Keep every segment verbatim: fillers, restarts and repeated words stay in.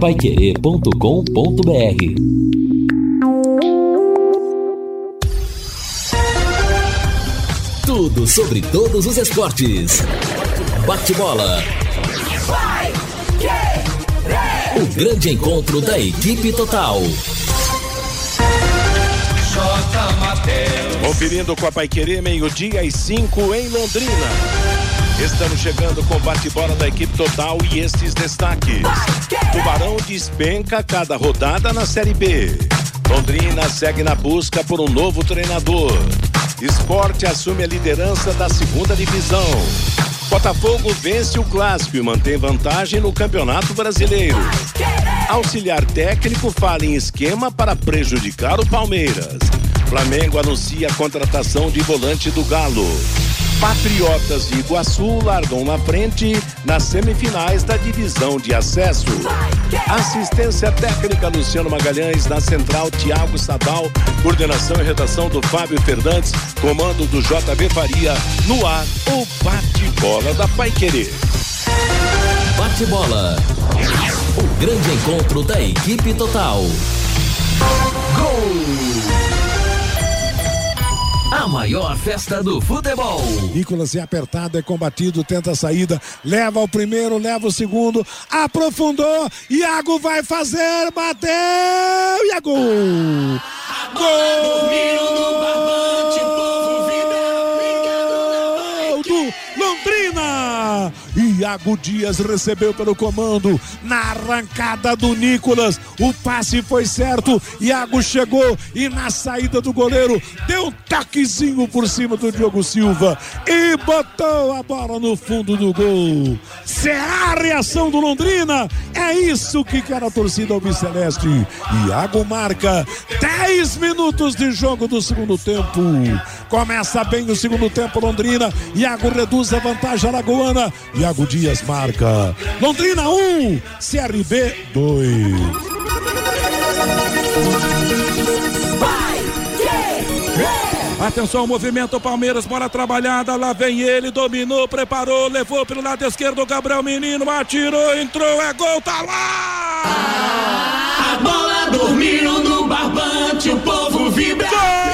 paiquerê ponto com ponto br. Tudo sobre todos os esportes. Bate-bola. O grande encontro da equipe total. Conferindo com a Paiquerê, meio-dia e cinco em Londrina. Estamos chegando com o bate-bola da equipe total e estes destaques. Tubarão despenca cada rodada na Série B. Londrina segue na busca por um novo treinador. Sport assume a liderança da segunda divisão. Botafogo vence o clássico e mantém vantagem no Campeonato Brasileiro. Auxiliar técnico fala em esquema para prejudicar o Palmeiras. Flamengo anuncia a contratação de volante do Galo. Patriotas de Iguaçu largam na frente nas semifinais da divisão de acesso. Assistência técnica Luciano Magalhães, na central Tiago Sadal, coordenação e redação do Fábio Fernandes, comando do J B Faria, no ar o bate-bola da Paiquerê. Bate-bola, o grande encontro da equipe total. Gol! A maior festa do futebol. Nicolas é apertado, é combatido, tenta a saída, leva o primeiro, leva o segundo, aprofundou, Iago vai fazer, bateu, Iago! Gol! Do Londrina! Iago Dias recebeu pelo comando na arrancada do Nicolas, o passe foi certo, Iago chegou e na saída do goleiro deu um toquezinho por cima do Diogo Silva e botou a bola no fundo do gol. Será a reação do Londrina? É isso que quer a torcida albiceleste. Iago marca dez minutos de jogo do segundo tempo. Começa bem o segundo tempo Londrina, Iago reduz a vantagem alagoana, Iago Dias marca. Londrina um, C R B dois. Atenção, movimento Palmeiras, bola trabalhada, lá vem ele, dominou, preparou, levou pelo lado esquerdo, Gabriel Menino, atirou, entrou, é gol, tá lá! A bola dormiu no barbante, o povo vibra.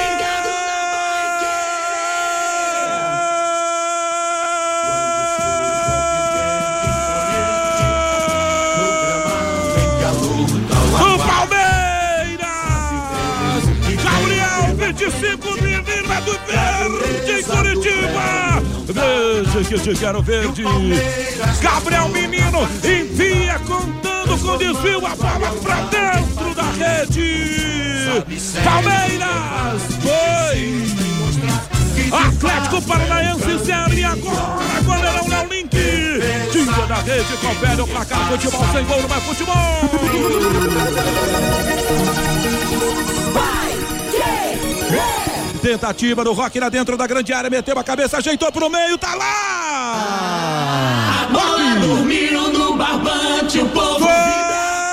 vinte e cinco menina do verde em Curitiba. Veja que te quero verde. Gabriel Menino envia contando com desvio a bola pra dentro da rede. Palmeiras foi. Atlético Paranaense zero e agora goleirão Léo Link. Tira da rede, confere o placar. Futebol sem gol, não é futebol. Tentativa do Roque lá dentro da grande área, meteu a cabeça, ajeitou pro meio, tá lá! A bola dormiu no barbante, o povo vibra.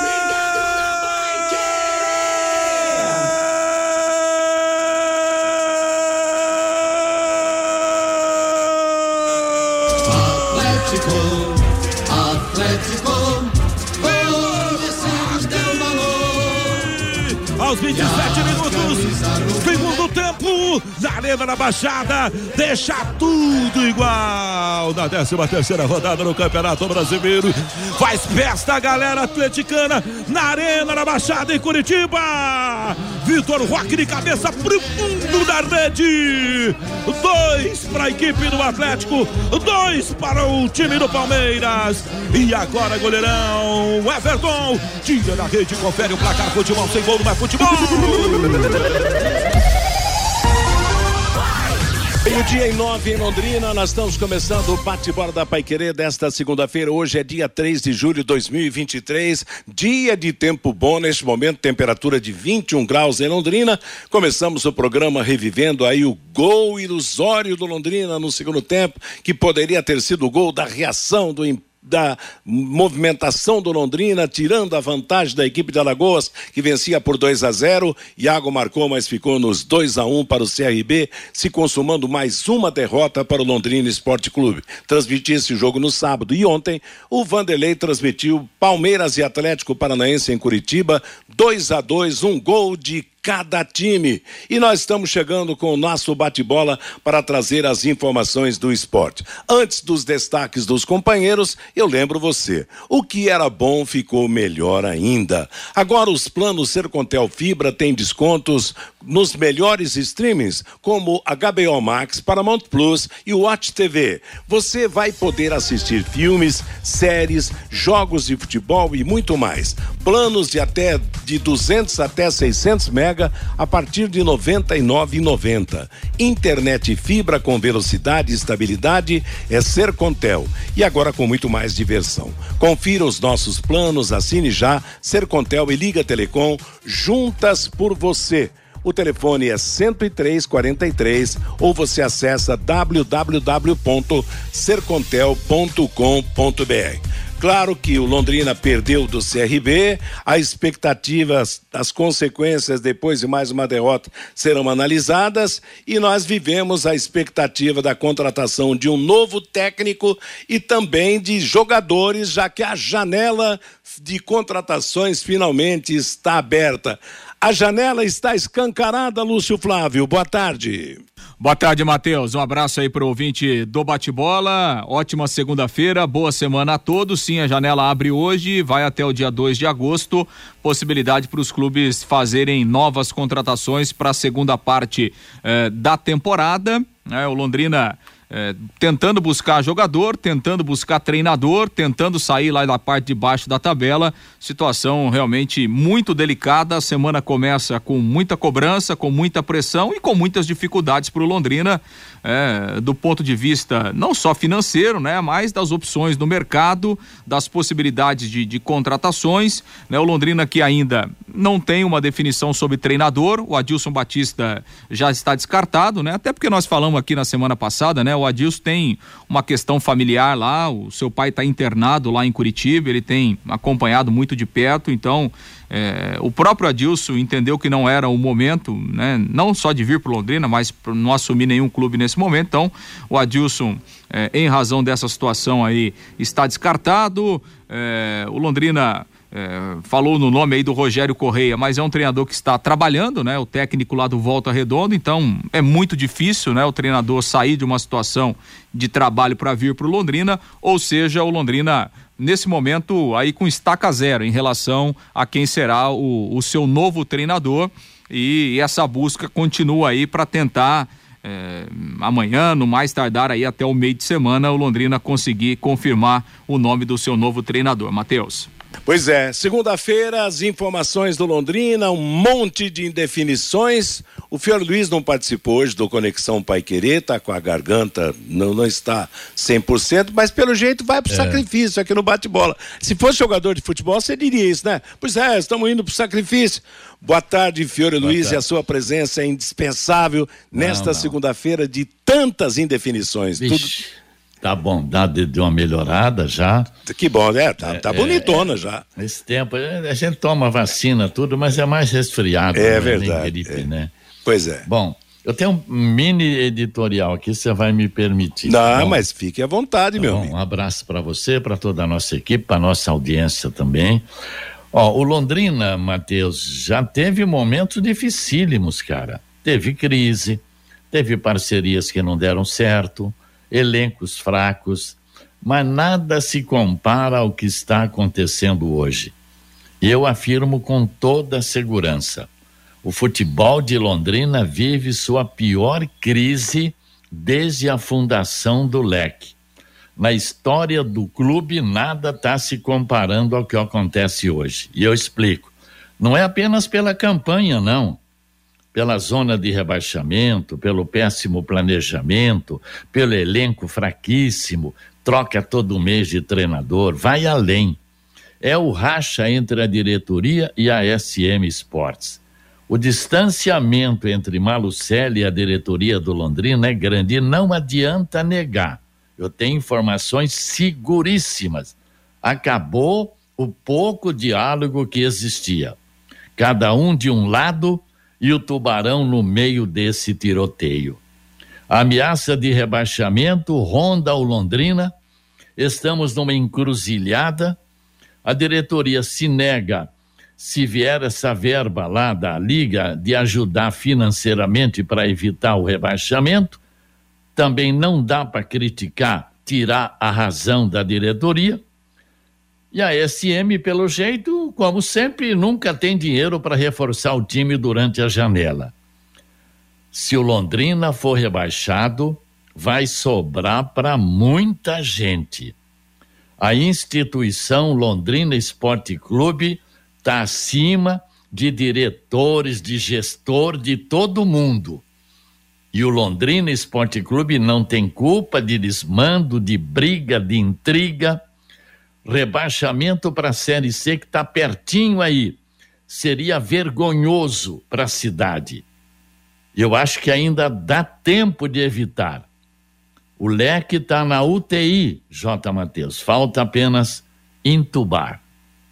Atlético, Atlético, oh, deu valor. Aos vinte e sete minutos, segundo tempo, na Arena da Baixada, deixa tudo igual. Na décima terceira rodada no Campeonato Brasileiro, faz festa a galera atleticana na Arena da Baixada em Curitiba. Vitor Roque de cabeça pro fundo da rede. Dois para a equipe do Atlético, dois para o time do Palmeiras. E agora, goleirão Everton tira da rede, confere o placar. Futebol sem gol, não é futebol. Meio-dia e nove em Londrina, nós estamos começando o bate-bola da Paiquerê desta segunda-feira. Hoje é dia três de julho de dois mil e vinte e três, dia de tempo bom neste momento, temperatura de vinte e um graus em Londrina. Começamos o programa revivendo aí o gol ilusório do Londrina no segundo tempo, que poderia ter sido o gol da reação do empate da movimentação do Londrina, tirando a vantagem da equipe de Alagoas, que vencia por dois a zero. Iago marcou, mas ficou nos dois a um para o C R B, se consumando mais uma derrota para o Londrina Esporte Clube. Transmiti esse jogo no sábado e ontem o Vanderlei transmitiu Palmeiras e Atlético Paranaense em Curitiba, dois a dois, um gol de cada time. E nós estamos chegando com o nosso bate-bola para trazer as informações do esporte. Antes dos destaques dos companheiros, eu lembro você, o que era bom ficou melhor ainda. Agora os planos Sercontel Fibra têm descontos nos melhores streamings, como H B O Max, Paramount Plus e Watch T V. Você vai poder assistir filmes, séries, jogos de futebol e muito mais. Planos de até de duzentos até seiscentos mega a partir de noventa e nove reais e noventa centavos. Internet fibra com velocidade e estabilidade é Sercontel. E agora com muito mais diversão. Confira os nossos planos, assine já Sercontel e Liga Telecom, juntas por você. O telefone é cento e três, quarenta e três ou você acessa w w w ponto sercontel ponto com ponto b r. Claro que o Londrina perdeu do C R B, as expectativas, as consequências depois de mais uma derrota serão analisadas e nós vivemos a expectativa da contratação de um novo técnico e também de jogadores, já que a janela de contratações finalmente está aberta. A janela está escancarada, Lúcio Flávio. Boa tarde. Boa tarde, Matheus. Um abraço aí pro ouvinte do Bate-Bola. Ótima segunda-feira, boa semana a todos. Sim, a janela abre hoje, vai até o dia dois de agosto. Possibilidade para os clubes fazerem novas contratações para a segunda parte eh, da temporada. É, o Londrina É, tentando buscar jogador, tentando buscar treinador, tentando sair lá da parte de baixo da tabela. Situação realmente muito delicada. A semana começa com muita cobrança, com muita pressão e com muitas dificuldades para o Londrina, é, do ponto de vista não só financeiro, né, mas das opções no mercado, das possibilidades de, de contratações, né? O Londrina que ainda não tem uma definição sobre treinador. O Adilson Batista já está descartado, né? Até porque nós falamos aqui na semana passada, né? O Adilson tem uma questão familiar lá, o seu pai está internado lá em Curitiba, ele tem acompanhado muito de perto, então é, o próprio Adilson entendeu que não era o momento, né? Não só de vir para Londrina, mas para não assumir nenhum clube nesse momento. Então o Adilson, é, em razão dessa situação aí, está descartado. É, o Londrina É, falou no nome aí do Rogério Correia, mas é um treinador que está trabalhando, né? O técnico lá do Volta Redonda, então é muito difícil, né? O treinador sair de uma situação de trabalho para vir para o Londrina, ou seja, o Londrina nesse momento aí com estaca zero em relação a quem será o, o seu novo treinador, e, e essa busca continua aí para tentar É, amanhã, no mais tardar aí até o meio de semana, o Londrina conseguir confirmar o nome do seu novo treinador. Matheus. Pois é, segunda-feira as informações do Londrina, um monte de indefinições. O Fiore Luiz não participou hoje do Conexão Paiquerê, tá com a garganta, não, não está cem por cento, mas pelo jeito vai pro é. sacrifício aqui no bate-bola. Se fosse jogador de futebol, você diria isso, né? Pois é, estamos indo pro sacrifício. Boa tarde, Fiore Boa Luiz, tarde. E a sua presença é indispensável nesta não, não. segunda-feira de tantas indefinições. Vixe. Tudo... Tá bom, dá de, de uma melhorada já. Que bom, né? Tá, tá é, bonitona é, já. Nesse tempo, a gente toma vacina, tudo, mas é mais resfriado. É né? verdade. Gripe, é. Né? Pois é. Bom, eu tenho um mini editorial aqui, você vai me permitir. Não, bom, mas fique à vontade, tá meu bom, amigo. Um abraço para você, para toda a nossa equipe, para nossa audiência também. Ó, o Londrina, Matheus, já teve momentos dificílimos, cara. Teve crise, teve parcerias que não deram certo, elencos fracos, mas nada se compara ao que está acontecendo hoje. Eu afirmo com toda segurança, o futebol de Londrina vive sua pior crise desde a fundação do Leque. Na história do clube, nada está se comparando ao que acontece hoje. E eu explico. Não é apenas pela campanha, não. Pela zona de rebaixamento, pelo péssimo planejamento, pelo elenco fraquíssimo, troca todo mês de treinador, vai além. É o racha entre a diretoria e a S M Sports. O distanciamento entre Malucelli e a diretoria do Londrina é grande e não adianta negar. Eu tenho informações seguríssimas. Acabou o pouco diálogo que existia. Cada um de um lado e o Tubarão no meio desse tiroteio. A ameaça de rebaixamento ronda o Londrina. Estamos numa encruzilhada. A diretoria se nega, se vier essa verba lá da Liga, de ajudar financeiramente para evitar o rebaixamento. Também não dá para criticar, tirar a razão da diretoria. E a S M, pelo jeito, como sempre, nunca tem dinheiro para reforçar o time durante a janela. Se o Londrina for rebaixado, vai sobrar para muita gente. A instituição Londrina Esporte Clube está acima de diretores, de gestor, de todo mundo. E o Londrina Esporte Clube não tem culpa de desmando, de briga, de intriga. Rebaixamento para a Série C, que está pertinho aí, seria vergonhoso para a cidade. Eu acho que ainda dá tempo de evitar. O Leque está na U T I, J. Matheus, falta apenas entubar.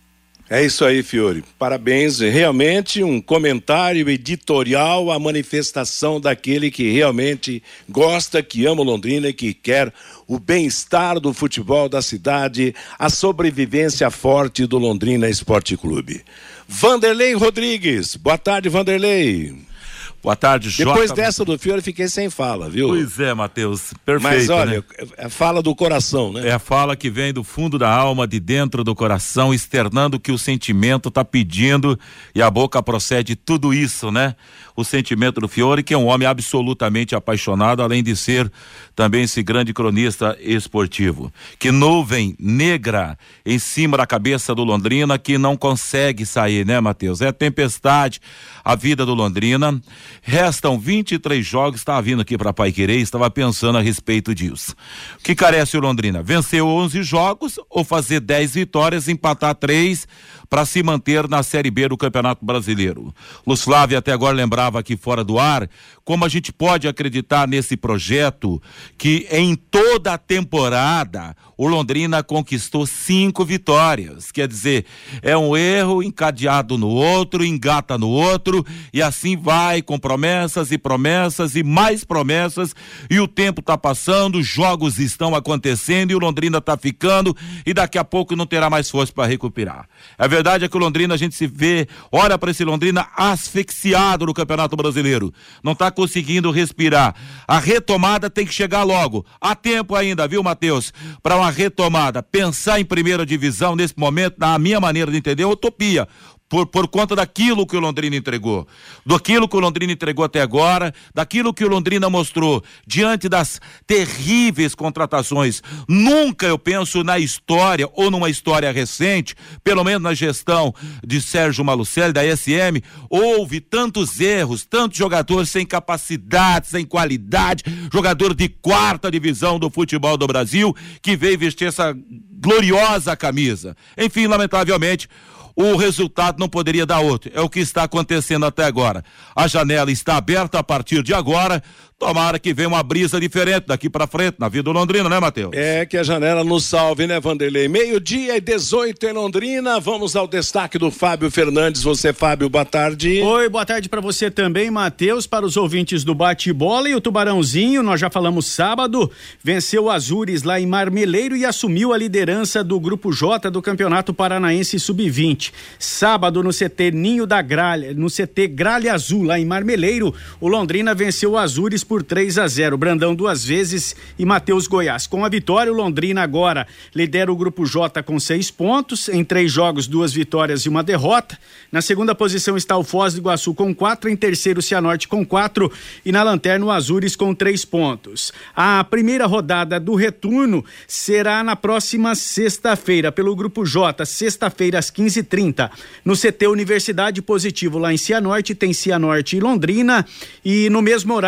É isso aí, Fiore. Parabéns. Realmente um comentário editorial, a manifestação daquele que realmente gosta, que ama o Londrina e que quer o bem-estar do futebol da cidade, a sobrevivência forte do Londrina Esporte Clube. Vanderlei Rodrigues. Boa tarde, Vanderlei. Boa tarde, Jota. Depois dessa do Fiore, fiquei sem fala, viu? Pois é, Matheus, perfeito. Mas olha, né? é fala do coração, né? É a fala que vem do fundo da alma, de dentro do coração, externando o que o sentimento está pedindo, e a boca procede tudo isso, né? O sentimento do Fiore, que é um homem absolutamente apaixonado, além de ser também esse grande cronista esportivo. Que nuvem negra em cima da cabeça do Londrina, que não consegue sair, né, Matheus? É tempestade a vida do Londrina. Restam vinte e três jogos, estava vindo aqui para Paiquerê, estava pensando a respeito disso. O que carece o Londrina? Vencer onze jogos ou fazer dez vitórias, empatar três para se manter na Série B do Campeonato Brasileiro. Luz Flávia até agora lembrava aqui fora do ar como a gente pode acreditar nesse projeto que em toda a temporada o Londrina conquistou cinco vitórias. Quer dizer, é um erro encadeado no outro, engata no outro e assim vai com promessas e promessas e mais promessas, e o tempo está passando, os jogos estão acontecendo e o Londrina está ficando e daqui a pouco não terá mais força para recuperar. A verdade é que o Londrina, a gente se vê, olha para esse Londrina asfixiado no Campeonato Brasileiro, não está conseguindo respirar. A retomada tem que chegar logo, há tempo ainda, viu, Matheus, para uma retomada. Pensar em primeira divisão nesse momento, na minha maneira de entender, é utopia. Por, por conta daquilo que o Londrina entregou, daquilo que o Londrina entregou até agora, daquilo que o Londrina mostrou diante das terríveis contratações. Nunca, eu penso, na história ou numa história recente, pelo menos na gestão de Sérgio Malucelli, da S M, houve tantos erros, tantos jogadores sem capacidade, sem qualidade, jogador de quarta divisão do futebol do Brasil, que veio vestir essa gloriosa camisa. Enfim, lamentavelmente, o resultado não poderia dar outro. É o que está acontecendo até agora. A janela está aberta a partir de agora. Tomara que venha uma brisa diferente daqui pra frente na vida do Londrina, né, Matheus? É, que a janela nos salve, né, Vanderlei? Meio-dia e dezoito em Londrina. Vamos ao destaque do Fábio Fernandes. Você, Fábio, boa tarde. Oi, boa tarde pra você também, Matheus. Para os ouvintes do bate-bola, e o Tubarãozinho, nós já falamos sábado, venceu o Azures lá em Marmeleiro e assumiu a liderança do Grupo J do Campeonato Paranaense sub vinte. Sábado, no C T Ninho da Gralha, no C T Gralha Azul, lá em Marmeleiro, o Londrina venceu o Azures por três a zero, Brandão duas vezes e Matheus Goiás. Com a vitória, o Londrina agora lidera o Grupo J com seis pontos, em três jogos, duas vitórias e uma derrota. Na segunda posição está o Foz do Iguaçu com quatro, em terceiro o Cianorte com quatro e na lanterna o Azures com três pontos. A primeira rodada do retorno será na próxima sexta-feira, pelo Grupo J, sexta-feira às quinze e trinta, no C T Universidade Positivo, lá em Cianorte, tem Cianorte e Londrina, e no mesmo horário,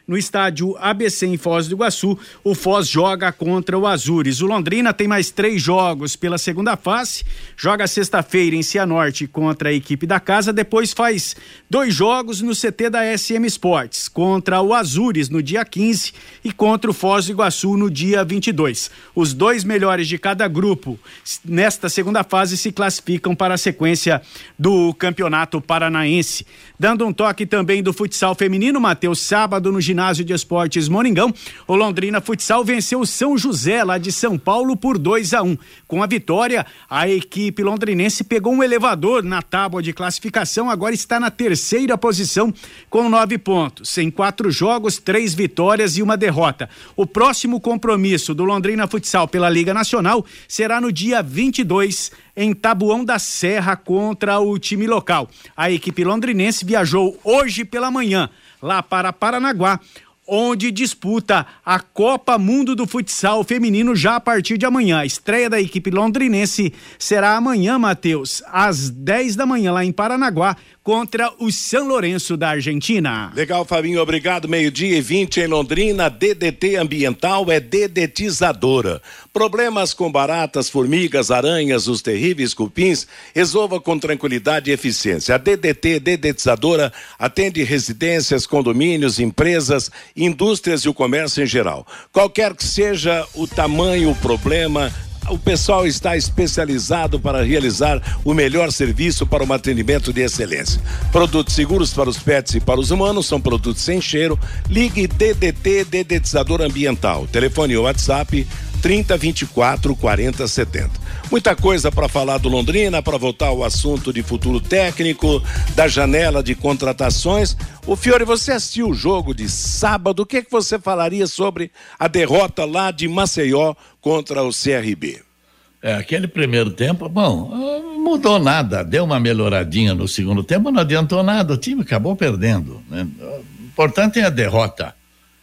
no estádio A B C em Foz do Iguaçu. O Foz joga contra o Azures. O Londrina tem mais três jogos pela segunda fase, joga sexta-feira em Cianorte contra a equipe da casa, depois faz dois jogos no C T da S M Sports, contra o Azures no dia quinze e contra o Foz do Iguaçu no dia vinte e dois. Os dois melhores de cada grupo nesta segunda fase se classificam para a sequência do Campeonato Paranaense. Dando um toque também do futsal feminino, Matheus, sábado no Ginásio de Esportes Moringão, o Londrina Futsal venceu o São José lá de São Paulo por dois a um. Com a vitória, a equipe londrinense pegou um elevador na tábua de classificação, agora está na terceira posição com nove pontos. Em quatro jogos, três vitórias e uma derrota. O próximo compromisso do Londrina Futsal pela Liga Nacional será no dia vinte e dois em Taboão da Serra contra o time local. A equipe londrinense viajou hoje pela manhã lá para Paranaguá, onde disputa a Copa Mundo do Futsal Feminino já a partir de amanhã. A estreia da equipe londrinense será amanhã, Matheus, às dez da manhã lá em Paranaguá, contra o São Lourenço da Argentina. Legal, Fabinho, obrigado. Meio-dia e vinte em Londrina. D D T Ambiental é dedetizadora. Problemas com baratas, formigas, aranhas, os terríveis cupins, resolva com tranquilidade e eficiência. A D D T Dedetizadora atende residências, condomínios, empresas, indústrias e o comércio em geral. Qualquer que seja o tamanho, o problema, o pessoal está especializado para realizar o melhor serviço para um atendimento de excelência. Produtos seguros para os pets e para os humanos, são produtos sem cheiro. Ligue D D T Dedetizador Ambiental. Telefone e WhatsApp trinta, vinte e quatro, quarenta, setenta. Muita coisa para falar do Londrina, para voltar ao assunto de futuro técnico, da janela de contratações. O Fiore, você assistiu o jogo de sábado, o que é que você falaria sobre a derrota lá de Maceió contra o C R B? É, aquele primeiro tempo, bom, não mudou nada, deu uma melhoradinha no segundo tempo, não adiantou nada, o time acabou perdendo, né? O importante é a derrota.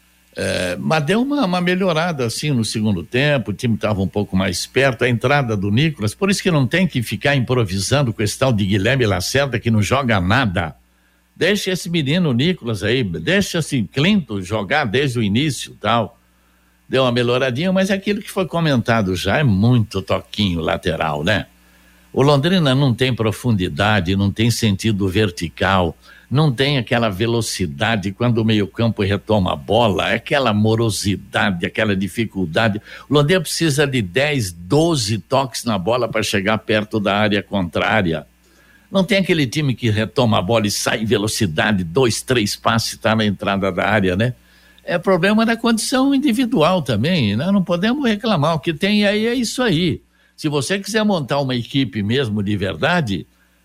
É, mas deu uma, uma melhorada assim no segundo tempo, o time estava um pouco mais perto, a entrada do Nicolas, por isso que não tem que ficar improvisando com esse tal de Guilherme Lacerda que não joga nada. Deixa esse menino Nicolas aí, deixa esse Clinton jogar desde o início, tal. Deu uma melhoradinha, mas aquilo que foi comentado já é muito toquinho lateral, né? O Londrina não tem profundidade, não tem sentido vertical, não tem aquela velocidade quando o meio-campo retoma a bola, aquela morosidade, aquela dificuldade. O Londrina precisa de dez, doze toques na bola para chegar perto da área contrária. Não tem aquele time que retoma a bola e sai em velocidade, dois, três passes e está na entrada da área, né? É problema da condição individual também, né? Não podemos reclamar, o que tem aí é isso aí. Se você quiser montar uma equipe mesmo de verdade,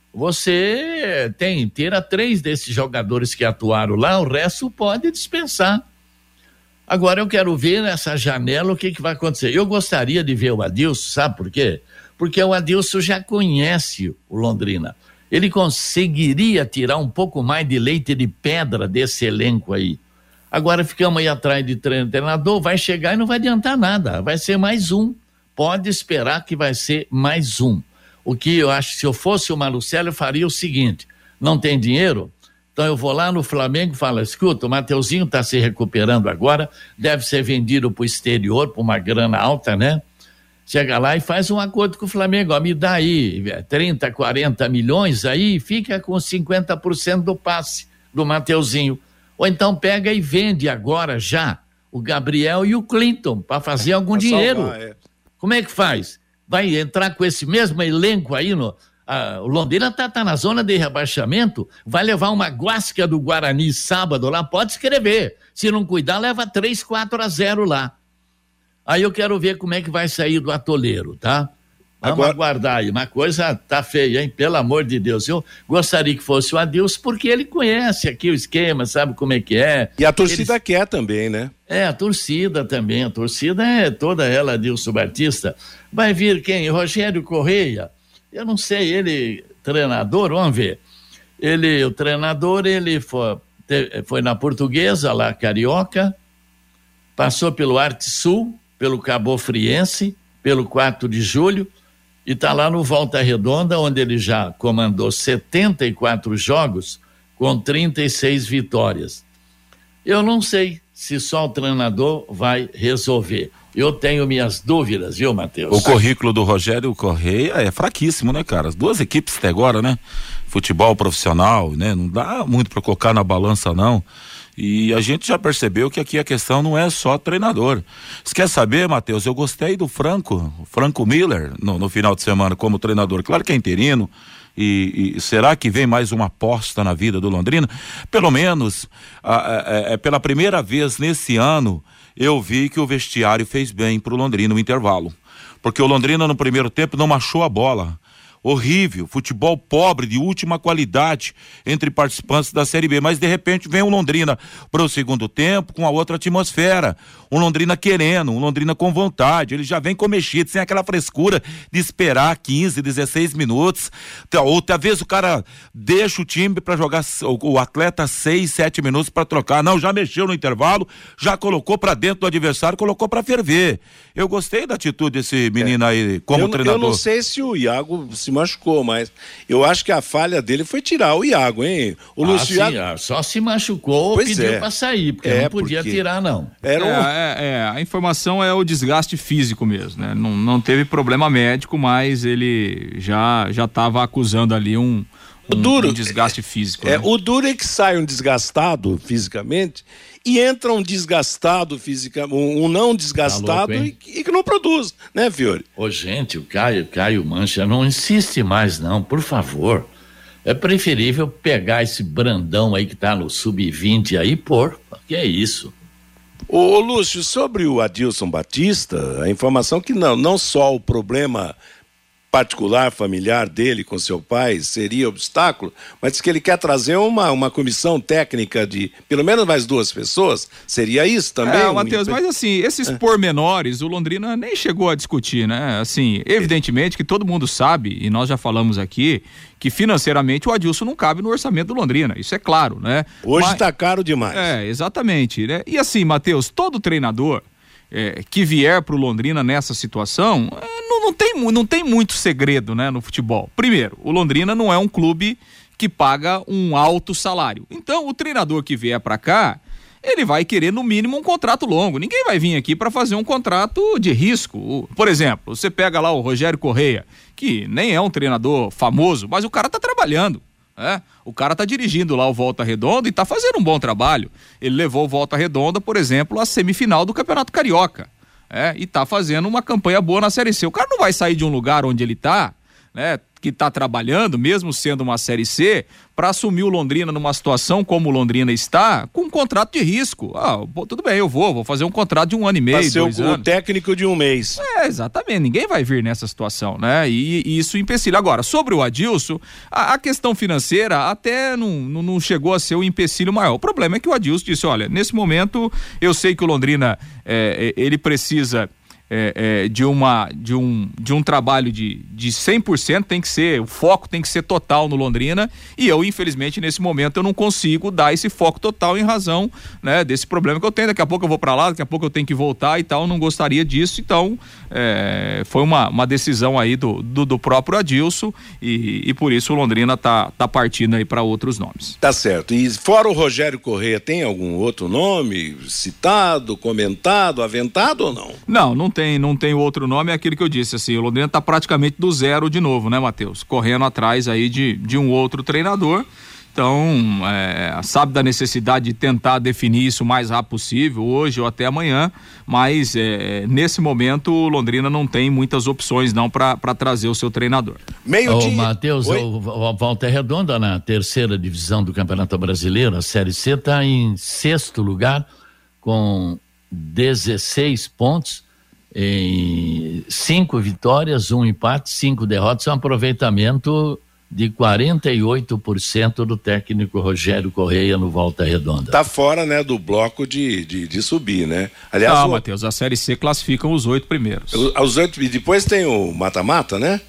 você tem, tira três desses jogadores que atuaram lá, o resto pode dispensar. Agora eu quero ver nessa janela o que, que vai acontecer. Eu gostaria de ver o Adilson, sabe por quê? Porque o Adilson já conhece o Londrina. Ele conseguiria tirar um pouco mais de leite de pedra desse elenco aí. Agora ficamos aí atrás de treinador, vai chegar e não vai adiantar nada, vai ser mais um. Pode esperar que vai ser mais um. O que eu acho, se eu fosse o Malucelli, eu faria o seguinte: não tem dinheiro? Então eu vou lá no Flamengo e falo, escuta, o Mateuzinho está se recuperando agora, deve ser vendido para o exterior por uma grana alta, né? Chega lá e faz um acordo com o Flamengo, ó, me dá aí trinta, quarenta milhões aí, fica com cinquenta por cento do passe do Mateuzinho. Ou então pega e vende agora já o Gabriel e o Clinton para fazer algum pra dinheiro. Salvar, é. Como é que faz? Vai entrar com esse mesmo elenco aí no... Ah, o Londrina tá, tá na zona de rebaixamento, vai levar uma guasca do Guarani sábado lá, pode escrever. Se não cuidar, leva três, quatro a zero lá. Aí eu quero ver como é que vai sair do atoleiro, tá? Vamos Agora... aguardar aí, uma coisa tá feia, hein? Pelo amor de Deus, eu gostaria que fosse o Adilson, porque ele conhece aqui o esquema, sabe como é que é. E a torcida Eles... quer também, né? É, a torcida também, a torcida é toda ela, Adilson Batista. Vai vir quem? Rogério Correia? Eu não sei, ele, treinador, vamos ver. Ele, o treinador, ele foi, foi na Portuguesa, lá, Carioca, passou pelo Arte Sul, pelo Cabo Friense, pelo quatro de julho, e está lá no Volta Redonda, onde ele já comandou setenta e quatro jogos com trinta e seis vitórias. Eu não sei se só o treinador vai resolver. Eu tenho minhas dúvidas, viu, Matheus? O currículo do Rogério Correia é fraquíssimo, né, cara? As duas equipes até agora, né? Futebol profissional, né? Não dá muito para colocar na balança, não. E a gente já percebeu que aqui a questão não é só treinador. Você quer saber, Matheus? Eu gostei do Franco, Franco Miller, no, no final de semana como treinador. Claro que é interino. E, e será que vem mais uma aposta na vida do Londrina? Pelo menos, a, a, a, pela primeira vez nesse ano, eu vi que o vestiário fez bem pro Londrina no intervalo. Porque o Londrina no primeiro tempo não achou a bola. Horrível, futebol pobre, de última qualidade entre participantes da Série B, mas de repente vem o Londrina para o segundo tempo com a outra atmosfera, um Londrina querendo, um Londrina com vontade, ele já vem com mexido, sem aquela frescura de esperar quinze, dezesseis minutos, ou talvez o cara deixa o time para jogar, o, o atleta seis, sete minutos para trocar, não, já mexeu no intervalo, já colocou para dentro do adversário, colocou para ferver. Eu gostei da atitude desse menino é. aí como eu, treinador. Eu não sei se o Iago se machucou, mas eu acho que a falha dele foi tirar o Iago, hein? O ah, Lúcio sim, Iago... só se machucou ou pediu é. para sair, porque é, não podia porque... tirar, não. Era um... é, é, a informação é o desgaste físico mesmo, né? Não, não teve problema médico, mas ele já já estava acusando ali um, um, duro, um desgaste físico. É, né? O duro é que sai um desgastado fisicamente e entra um desgastado fisicamente, um, um não desgastado tá louco, e, e que não produz, né, Fiore? Ô, gente, o Caio, Caio Mancha não insiste mais, não, por favor. É preferível pegar esse Brandão aí que tá no sub vinte aí, pôr. Que é isso? Ô, ô Lúcio, sobre o Adilson Batista, a informação que não, não só o problema particular, familiar dele com seu pai seria obstáculo, mas diz que ele quer trazer uma, uma comissão técnica de pelo menos mais duas pessoas, seria isso também? É, Matheus, um... mas assim, esses é. pormenores o Londrina nem chegou a discutir, né? Assim, evidentemente que todo mundo sabe, e nós já falamos aqui, que financeiramente o Adilson não cabe no orçamento do Londrina, isso é claro, né? Hoje está caro demais. É, exatamente, né? E assim, Matheus, todo treinador É, que vier pro Londrina nessa situação, é, não, não, tem, não tem muito segredo, né, no futebol. Primeiro, o Londrina não é um clube que paga um alto salário. Então, o treinador que vier para cá, ele vai querer no mínimo um contrato longo. Ninguém vai vir aqui para fazer um contrato de risco. Por exemplo, você pega lá o Rogério Correia, que nem é um treinador famoso, mas o cara tá trabalhando. É, o cara tá dirigindo lá o Volta Redonda e tá fazendo um bom trabalho. Ele levou o Volta Redonda, por exemplo, à semifinal do Campeonato Carioca, é, e tá fazendo uma campanha boa na Série C. O cara não vai sair de um lugar onde ele tá, né, que tá trabalhando, mesmo sendo uma Série C, para assumir o Londrina numa situação como o Londrina está, com um contrato de risco. Ah, pô, tudo bem, eu vou, vou fazer um contrato de um ano e meio, ser dois o, anos. o técnico de um mês. É, exatamente, ninguém vai vir nessa situação, né? E, e isso empecilha. Agora, sobre o Adilson, a, a questão financeira até não, não, não chegou a ser o empecilho maior. O problema é que o Adilson disse, olha, nesse momento eu sei que o Londrina, é, ele precisa... É, é, de, uma, de, um, de um trabalho de, de cem por cento, tem que ser, o foco tem que ser total no Londrina, e eu, infelizmente, nesse momento eu não consigo dar esse foco total em razão, né, desse problema que eu tenho. Daqui a pouco eu vou para lá, daqui a pouco eu tenho que voltar e tal, não gostaria disso. Então é, foi uma, uma decisão aí do, do, do próprio Adilson, e, e por isso o Londrina tá, tá partindo aí para outros nomes. Tá certo. E fora o Rogério Correia, tem algum outro nome citado, comentado, aventado ou não? Não, não tem, não tem outro nome, é aquilo que eu disse, assim, o Londrina tá praticamente do zero de novo, né, Matheus? Correndo atrás aí de, de um outro treinador. Então, é, sabe da necessidade de tentar definir isso o mais rápido possível, hoje ou até amanhã, mas é, nesse momento o Londrina não tem muitas opções não para trazer o seu treinador. Meio dia. Ô, Matheus, o Volta Redonda na terceira divisão do Campeonato Brasileiro, a Série C, está em sexto lugar com dezesseis pontos, em cinco vitórias, um empate, cinco derrotas, um aproveitamento de quarenta e oito por cento do técnico Rogério Correia no Volta Redonda. Tá fora, né, do bloco de, de, de subir, né? Aliás, não, o... Matheus, a Série C classificam os oito primeiros. Os oito, e depois tem o mata-mata, né?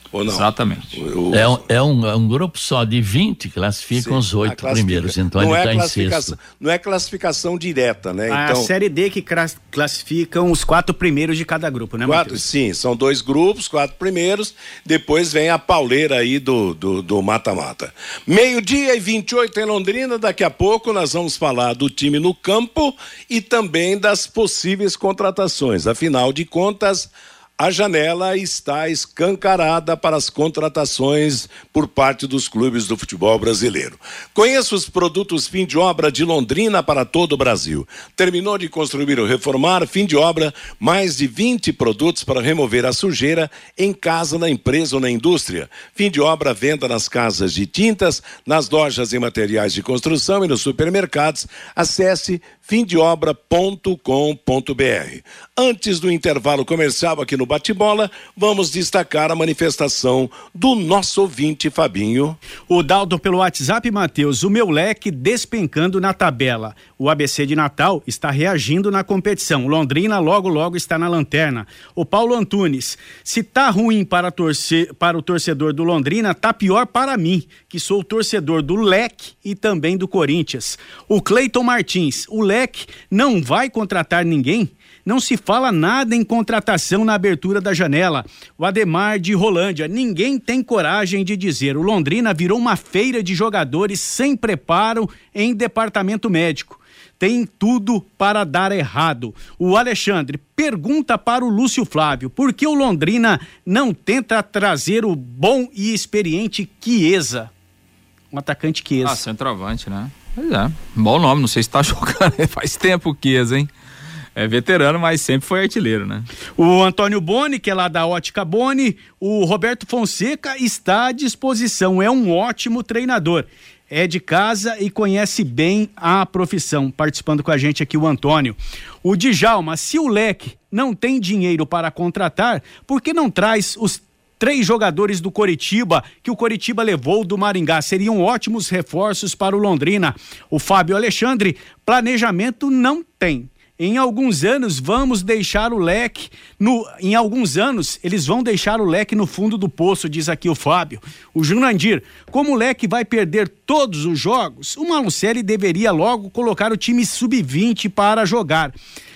Ou não? Exatamente. O, o... É, um, é, um, é um grupo só de vinte, classificam Sim, os oito primeiros, então não ele é está em sexto. Não é classificação direta, né? A então, Série D que classificam os quatro primeiros de cada grupo, né, quatro, Matheus? Sim, são dois grupos, quatro primeiros, depois vem a pauleira aí do, do, do mata-mata. Meio-dia e vinte e oito em Londrina, daqui a pouco nós vamos falar do time no campo e também das possíveis contratações, afinal de contas, a janela está escancarada para as contratações por parte dos clubes do futebol brasileiro. Conheça os produtos fim de obra de Londrina para todo o Brasil. Terminou de construir ou reformar, fim de obra, mais de vinte produtos para remover a sujeira em casa, na empresa ou na indústria. Fim de obra, venda nas casas de tintas, nas lojas e materiais de construção e nos supermercados. Acesse fim de obra ponto com ponto b r. Antes do intervalo comercial aqui no Bate-Bola, vamos destacar a manifestação do nosso ouvinte Fabinho. O Daldo pelo WhatsApp, Matheus, o meu leque despencando na tabela. O A B C de Natal está reagindo na competição. Londrina logo logo está na lanterna. O Paulo Antunes, se tá ruim para, torcer, para o torcedor do Londrina, tá pior para mim, que sou torcedor do Leque e também do Corinthians. O Cleiton Martins, o Leque não vai contratar ninguém? Não se fala nada em contratação na abertura da janela. O Ademar de Rolândia, ninguém tem coragem de dizer. O Londrina virou uma feira de jogadores sem preparo em departamento médico. Tem tudo para dar errado. O Alexandre pergunta para o Lúcio Flávio, por que o Londrina não tenta trazer o bom e experiente Chiesa? Um atacante Chiesa. Ah, centroavante, né? Pois é, bom nome, não sei se tá jogando, faz tempo o Chiesa, hein? É veterano, mas sempre foi artilheiro, né? O Antônio Boni, que é lá da Ótica Boni, o Roberto Fonseca está à disposição, é um ótimo treinador. É de casa e conhece bem a profissão. Participando com a gente aqui o Antônio. O Djalma, se o Leque não tem dinheiro para contratar, por que não traz os três jogadores do Coritiba, que o Coritiba levou do Maringá? Seriam ótimos reforços para o Londrina. O Fábio Alexandre, planejamento não tem. Em alguns anos vamos deixar o Leque no, em alguns anos eles vão deixar o Leque no fundo do poço, diz aqui o Fábio. O Junandir, como o Leque vai perder todos os jogos, o Malucelli deveria logo colocar o time sub vinte para jogar.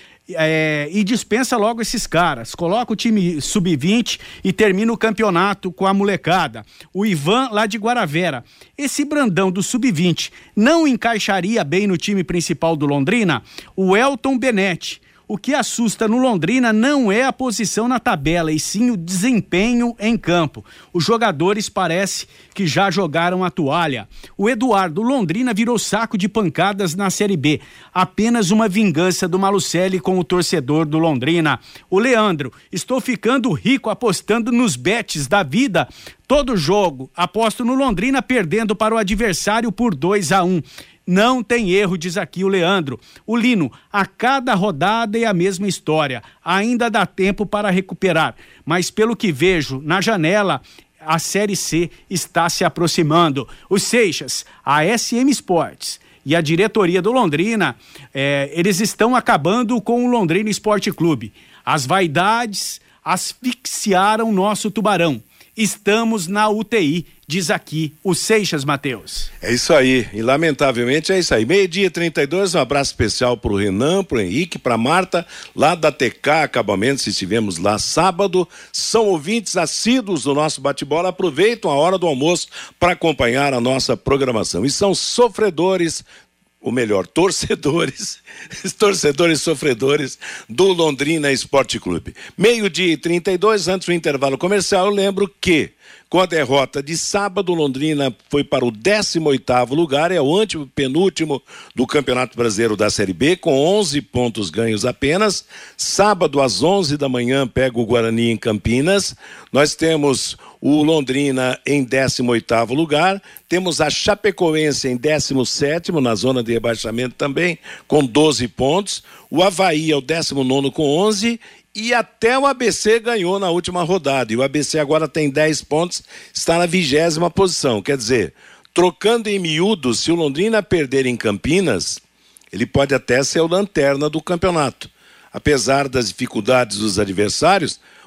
É, e dispensa logo esses caras, coloca o time sub vinte e termina o campeonato com a molecada. O Ivan lá de Guaravera, esse Brandão do sub vinte não encaixaria bem no time principal do Londrina? O Elton Benetti, o que assusta no Londrina não é a posição na tabela, e sim o desempenho em campo. Os jogadores parece que já jogaram a toalha. O Eduardo, Londrina virou saco de pancadas na Série B. Apenas uma vingança do Malucelli com o torcedor do Londrina. O Leandro, estou ficando rico apostando nos bets da vida. Todo jogo, aposto no Londrina perdendo para o adversário por dois a um. Não tem erro, diz aqui o Leandro. O Lino, a cada rodada é a mesma história. Ainda dá tempo para recuperar, mas pelo que vejo na janela, a Série C está se aproximando. Os Seixas, a S M Sports e a diretoria do Londrina, eh, eles estão acabando com o Londrina Esporte Clube. As vaidades asfixiaram nosso Tubarão. Estamos na U T I, diz aqui o Seixas, Matheus. É isso aí, e lamentavelmente é isso aí. Meio-dia e trinta e dois, um abraço especial pro Renan, pro Henrique, pra Marta, lá da T K Acabamentos, estivemos lá sábado. São ouvintes assíduos do nosso bate-bola, aproveitam a hora do almoço para acompanhar a nossa programação. E são sofredores, ou melhor, torcedores, torcedores sofredores do Londrina Esporte Clube. Meio-dia e trinta e dois, antes do intervalo comercial, eu lembro que com a derrota de sábado, Londrina foi para o décimo oitavo lugar, é o antepenúltimo do Campeonato Brasileiro da Série B, com onze pontos ganhos apenas. Sábado, às onze da manhã, pega o Guarani em Campinas. Nós temos o Londrina em décimo oitavo lugar, temos a Chapecoense em décimo sétimo, na zona de rebaixamento também, com doze pontos. O Avaí é o décimo nono com onze. E até o A B C ganhou na última rodada, e o A B C agora tem dez pontos, está na vigésima posição. Quer dizer, trocando em miúdos, se o Londrina perder em Campinas, ele pode até ser o lanterna do campeonato. Apesar das dificuldades dos adversários,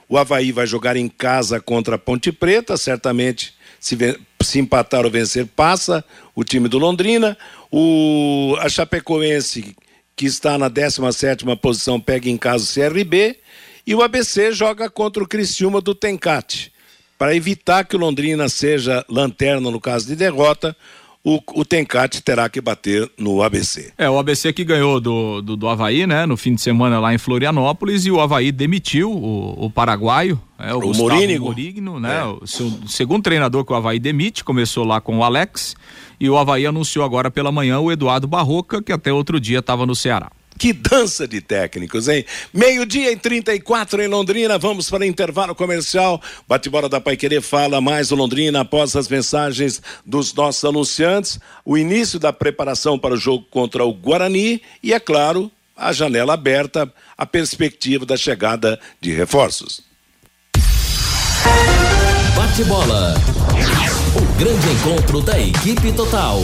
O Avaí vai jogar em casa contra a Ponte Preta, certamente se, se empatar ou vencer passa o time do Londrina. O, a Chapecoense, que está na décima sétima posição, pega em casa o C R B. E o A B C joga contra o Criciúma do Tencate. Para evitar que o Londrina seja lanterna no caso de derrota, o, o Tencate terá que bater no A B C. É, o A B C que ganhou do, do, do Avaí, né? No fim de semana lá em Florianópolis, e o Avaí demitiu o, o paraguaio, é, o, o Gustavo Morínigo, Morínigo, né? É. O, seu, o segundo treinador que o Avaí demite, começou lá com o Alex, e o Avaí anunciou agora pela manhã o Eduardo Barroca, que até outro dia estava no Ceará. Que dança de técnicos, hein? Meio-dia e trinta e quatro em Londrina, vamos para intervalo comercial. Bate-bola da Paiquerê fala mais do Londrina após as mensagens dos nossos anunciantes, o início da preparação para o jogo contra o Guarani e, é claro, a janela aberta, a perspectiva da chegada de reforços. Bate-bola. O grande encontro da equipe total.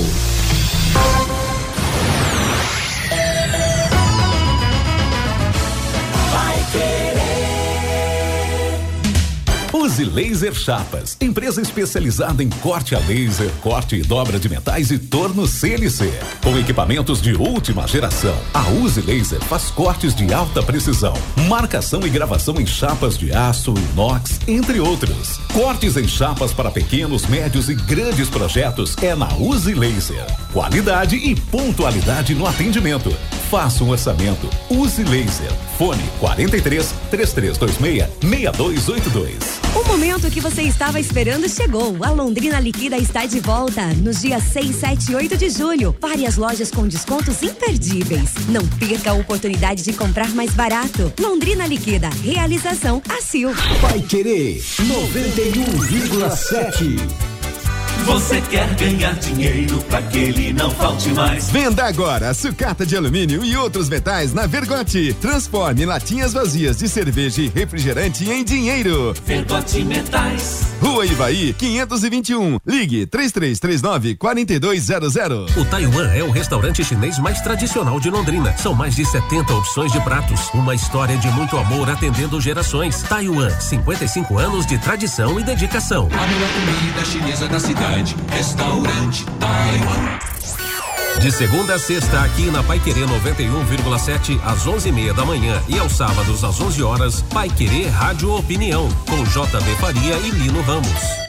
Use Laser Chapas, empresa especializada em corte a laser, corte e dobra de metais e torno C L C. Com equipamentos de última geração, a Use Laser faz cortes de alta precisão, marcação e gravação em chapas de aço, inox, entre outros. Cortes em chapas para pequenos, médios e grandes projetos é na Use Laser. Qualidade e pontualidade no atendimento. Faça um orçamento. Use Laser. Fone quarenta e três, três três dois seis, seis dois oito dois. O momento que você estava esperando chegou. A Londrina Liquida está de volta nos dias seis, sete e oito de julho. Várias lojas com descontos imperdíveis. Não perca a oportunidade de comprar mais barato. Londrina Liquida. Realização A C I L. Paiquerê noventa e um vírgula sete. Você quer ganhar dinheiro pra que ele não falte mais? Venda agora sucata de alumínio e outros metais na Vergote. Transforme latinhas vazias de cerveja e refrigerante em dinheiro. Vergote Metais. Rua Ivaí, quinhentos e vinte e um. Ligue três três três nove, quatro dois zero zero. O Taiwan é o restaurante chinês mais tradicional de Londrina. São mais de setenta opções de pratos. Uma história de muito amor atendendo gerações. Taiwan, cinquenta e cinco anos de tradição e dedicação. A melhor comida chinesa da cidade. Restaurante Taiwan. De segunda a sexta, aqui na Paiquerê noventa e um vírgula sete, às onze e meia da manhã e aos sábados às onze horas, Paiquerê Rádio Opinião, com J B Faria e Lino Ramos.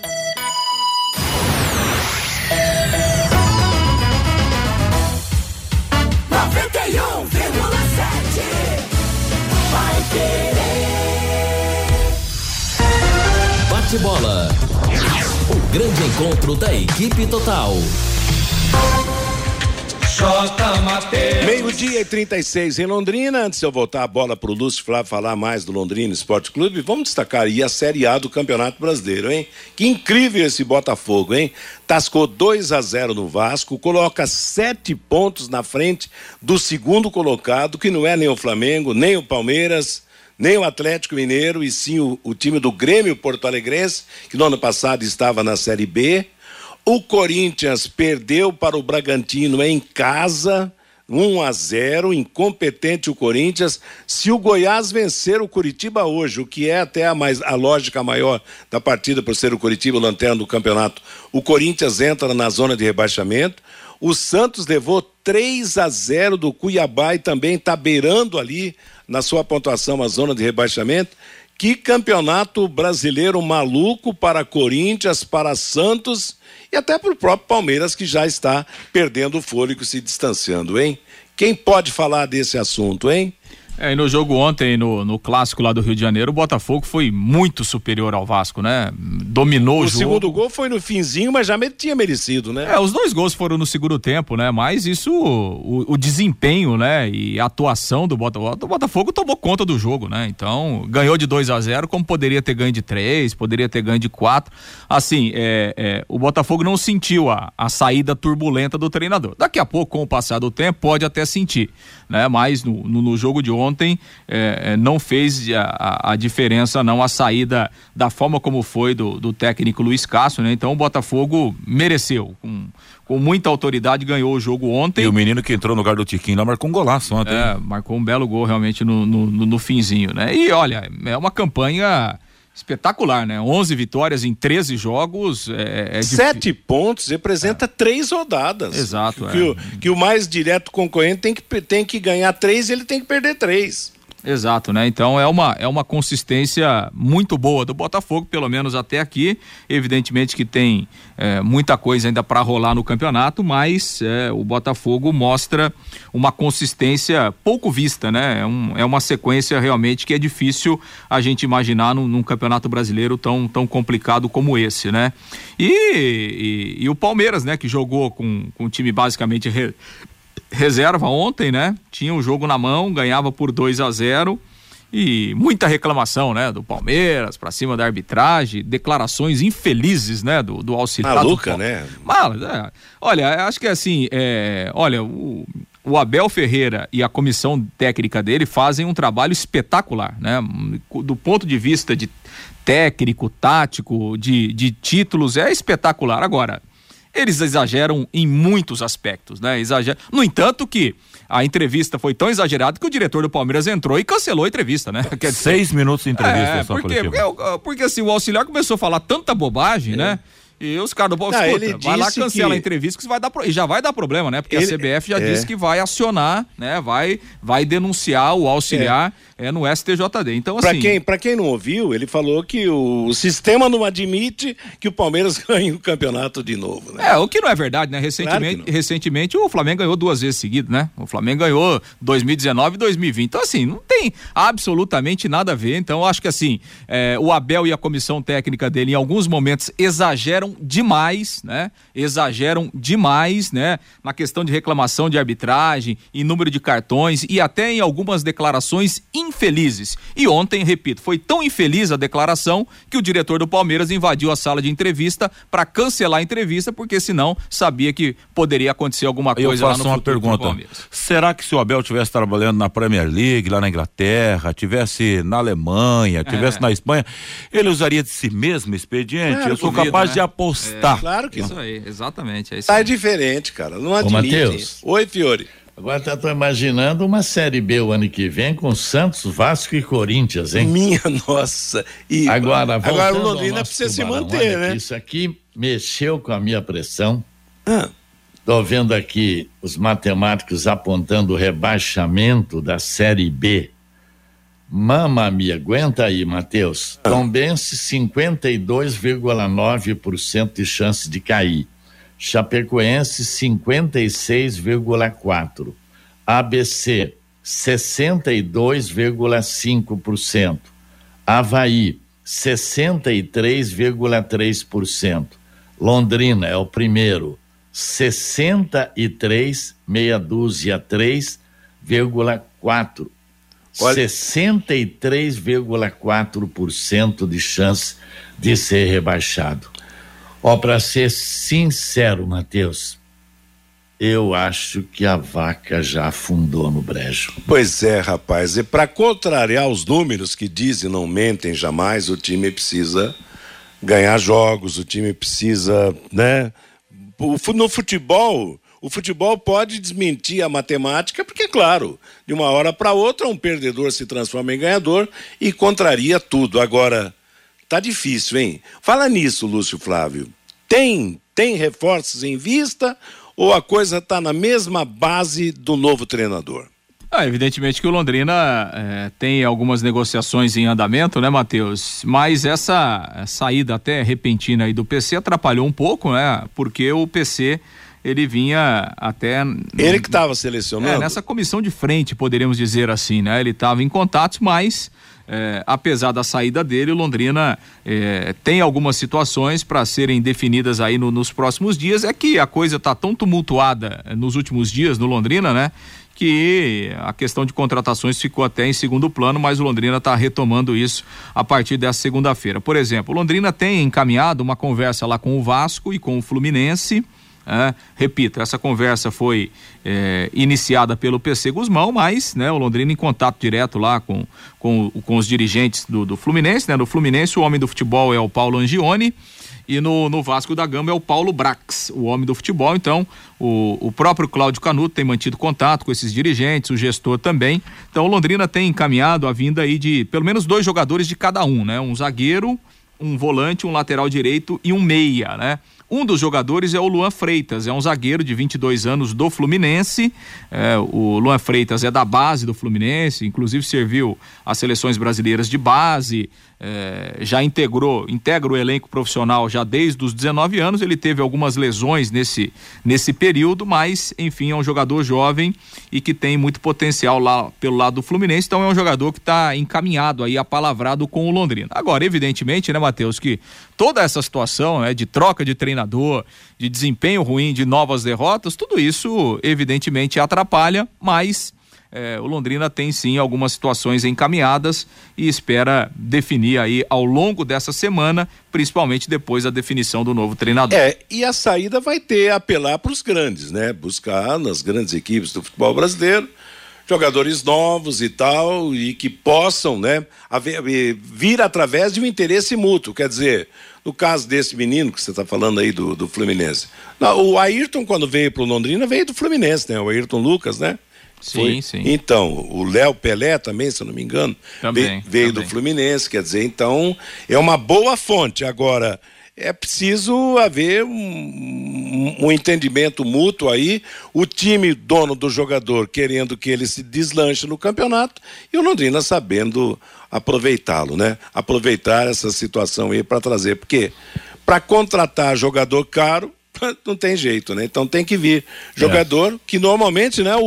noventa e um vírgula sete Paiquerê. Bate-bola. O grande encontro da equipe total. Meio-dia e trinta e seis em Londrina. Antes de eu voltar a bola para o Lúcio Flávio falar mais do Londrina Esporte Clube, vamos destacar aí a Série A do Campeonato Brasileiro, hein? Que incrível esse Botafogo, hein? Tascou dois a zero no Vasco, coloca sete pontos na frente do segundo colocado, que não é nem o Flamengo, nem o Palmeiras, nem o Atlético Mineiro, e sim o, o time do Grêmio Porto Alegrense, que no ano passado estava na Série B. O Corinthians perdeu para o Bragantino em casa, um a zero, incompetente o Corinthians. Se o Goiás vencer o Curitiba hoje, o que é até a, mais, a lógica maior da partida por ser o Curitiba o lanterna do campeonato, o Corinthians entra na zona de rebaixamento. O Santos levou três a zero do Cuiabá e também está beirando ali na sua pontuação a zona de rebaixamento. Que campeonato brasileiro maluco para Corinthians, para Santos e até para o próprio Palmeiras, que já está perdendo o fôlego, se distanciando, hein? Quem pode falar desse assunto, hein? É, e no jogo ontem, no, no clássico lá do Rio de Janeiro, o Botafogo foi muito superior ao Vasco, né? Dominou o, o jogo. O segundo gol foi no finzinho, mas já tinha merecido, né? É, os dois gols foram no segundo tempo, né? Mas isso, o, o desempenho, né? E a atuação do Botafogo, o Botafogo tomou conta do jogo, né? Então, ganhou de dois a zero, como poderia ter ganho de três, poderia ter ganho de quatro. Assim, é, é, o Botafogo não sentiu a, a saída turbulenta do treinador. Daqui a pouco, com o passar do tempo, pode até sentir, né? Mas no, no, no jogo de ontem, ontem é, não fez a, a diferença não, a saída da forma como foi do, do técnico Luiz Castro, né? Então o Botafogo mereceu, com, com muita autoridade ganhou o jogo ontem. E o menino que entrou no lugar do Tiquinho lá marcou um golaço ontem. É, marcou um belo gol realmente no, no, no, no finzinho, né? E olha, é uma campanha espetacular, né? onze vitórias em treze jogos. É, é Sete difícil. pontos representa é. três rodadas. Exato. Que, é. o, que o mais direto concorrente tem que, tem que ganhar três e ele tem que perder três. Exato, né? Então é uma, é uma consistência muito boa do Botafogo, pelo menos até aqui. Evidentemente que tem é, muita coisa ainda para rolar no campeonato, mas é, o Botafogo mostra uma consistência pouco vista, né? É, um, é uma sequência realmente que é difícil a gente imaginar num, num campeonato brasileiro tão, tão complicado como esse, né? E, e, e o Palmeiras, né? Que jogou com, com o time basicamente re, reserva ontem, né? Tinha o jogo na mão, ganhava por dois a zero e muita reclamação, né? Do Palmeiras pra cima da arbitragem, declarações infelizes, né? Do, do auxiliar. Maluca, né? Mas, é, olha, acho que assim, é, olha, o, o Abel Ferreira e a comissão técnica dele fazem um trabalho espetacular, né? Do ponto de vista de técnico, tático, de, de títulos, é espetacular. Agora, eles exageram em muitos aspectos, né? Exageram. No entanto que a entrevista foi tão exagerada que o diretor do Palmeiras entrou e cancelou a entrevista, né? Quer dizer, Seis minutos de entrevista é, só porque, porque, porque assim, o auxiliar começou a falar tanta bobagem, é. né? E os caras do Paulo, escuta, vai lá, cancela que... a entrevista que vai dar pro... e já vai dar problema, né? Porque ele... a C B F já é. disse que vai acionar, né? Vai, vai denunciar o auxiliar é. É, no S T J D. Então, assim... Pra quem, pra quem não ouviu, ele falou que o, o sistema não admite que o Palmeiras ganhe o campeonato de novo, né? É, o que não é verdade, né? Recentemente, claro recentemente o Flamengo ganhou duas vezes seguidas, né? O Flamengo ganhou dois mil e dezenove e dois mil e vinte. Então, assim, não tem absolutamente nada a ver. Então, eu acho que, assim, é, o Abel e a comissão técnica dele, em alguns momentos, exageram demais, né? Exageram demais, né? Na questão de reclamação de arbitragem, em número de cartões e até em algumas declarações infelizes. E ontem, repito, foi tão infeliz a declaração que o diretor do Palmeiras invadiu a sala de entrevista para cancelar a entrevista, porque senão sabia que poderia acontecer alguma coisa lá no uma futuro pergunta. do Palmeiras. Será que se o Abel estivesse trabalhando na Premier League, lá na Inglaterra, tivesse na Alemanha, tivesse é. na Espanha, ele usaria de si mesmo expediente? Claro, Eu sou duvido, capaz né? de apostar. É, claro que isso não. aí, exatamente. É isso tá aí. diferente, cara. Não admite. Ô, Matheus. Oi, Fiore. Agora eu tô imaginando uma Série B o ano que vem com Santos, Vasco e Corinthians, hein? Minha nossa. E agora, agora o Londrina precisa se manter, né? Isso aqui mexeu com a minha pressão. Ah. Tô vendo aqui os matemáticos apontando o rebaixamento da Série B. Mamma mia, aguenta aí, Matheus. Ah. Tombense, cinquenta e dois vírgula nove por cento de chance de cair. Chapecoense, cinquenta e seis vírgula quatro por cento. A B C, sessenta e dois vírgula cinco por cento. Avaí, sessenta e três vírgula três por cento. Londrina é o primeiro, sessenta e três, meia dúzia, três vírgula quatro por cento. sessenta e três vírgula quatro por cento de chance de ser rebaixado. Ó, para ser sincero, Matheus, eu acho que a vaca já afundou no brejo. Pois é, rapaz, e para contrariar os números que dizem não mentem jamais, o time precisa ganhar jogos, o time precisa, né? No futebol, o futebol pode desmentir a matemática, porque, claro, de uma hora para outra um perdedor se transforma em ganhador e contraria tudo. Agora, tá difícil, hein? Fala nisso, Lúcio Flávio. Tem, tem reforços em vista ou a coisa tá na mesma base do novo treinador? Ah, evidentemente que o Londrina é, tem algumas negociações em andamento, né, Matheus? Mas essa saída até repentina aí do P C atrapalhou um pouco, né? Porque o P C, ele vinha até... Ele que estava selecionando? É, nessa comissão de frente, poderíamos dizer assim, né? Ele estava em contatos, mas... É, apesar da saída dele, o Londrina é, tem algumas situações para serem definidas aí no, nos próximos dias. É que a coisa está tão tumultuada nos últimos dias no Londrina, né? Que a questão de contratações ficou até em segundo plano, mas o Londrina está retomando isso a partir dessa segunda-feira. Por exemplo, o Londrina tem encaminhado uma conversa lá com o Vasco e com o Fluminense, É, repito, essa conversa foi é, iniciada pelo P C Guzmão, mas, né, o Londrina em contato direto lá com, com, com os dirigentes do, do Fluminense, né? No Fluminense o homem do futebol é o Paulo Angione e no, no Vasco da Gama é o Paulo Brax, o homem do futebol. Então o, o próprio Cláudio Canuto tem mantido contato com esses dirigentes, o gestor também. Então o Londrina tem encaminhado a vinda aí de pelo menos dois jogadores de cada um, né? Um zagueiro, um volante, um lateral direito e um meia, né? Um dos jogadores é o Luan Freitas, é um zagueiro de vinte e dois anos do Fluminense. É, o Luan Freitas é da base do Fluminense, inclusive serviu as seleções brasileiras de base, é, já integrou, integra o elenco profissional já desde os dezenove anos. Ele teve algumas lesões nesse, nesse período, mas enfim, é um jogador jovem e que tem muito potencial lá pelo lado do Fluminense. Então é um jogador que está encaminhado aí, apalavrado com o Londrina. Agora, evidentemente, né, Matheus, que toda essa situação, né, de troca de treinador, de desempenho ruim, de novas derrotas, tudo isso evidentemente atrapalha, mas é, o Londrina tem sim algumas situações encaminhadas e espera definir aí ao longo dessa semana, principalmente depois da definição do novo treinador. É, e a saída vai ter apelar para os grandes, né? Buscar nas grandes equipes do futebol brasileiro jogadores novos e tal, e que possam, né, haver, vir através de um interesse mútuo. Quer dizer, no caso desse menino que você está falando aí do, do Fluminense, não, o Ayrton, quando veio para o Londrina, veio do Fluminense, né? O Ayrton Lucas, né? Sim, Foi. sim. Então, o Léo Pelé também, se eu não me engano, também, veio, veio também. do Fluminense, quer dizer, então é uma boa fonte. Agora, é preciso haver um, um, um entendimento mútuo aí, o time dono do jogador querendo que ele se deslanche no campeonato e o Londrina sabendo aproveitá-lo, né? Aproveitar essa situação aí para trazer, porque para contratar jogador caro não tem jeito, né? Então tem que vir jogador é. que normalmente, né, o,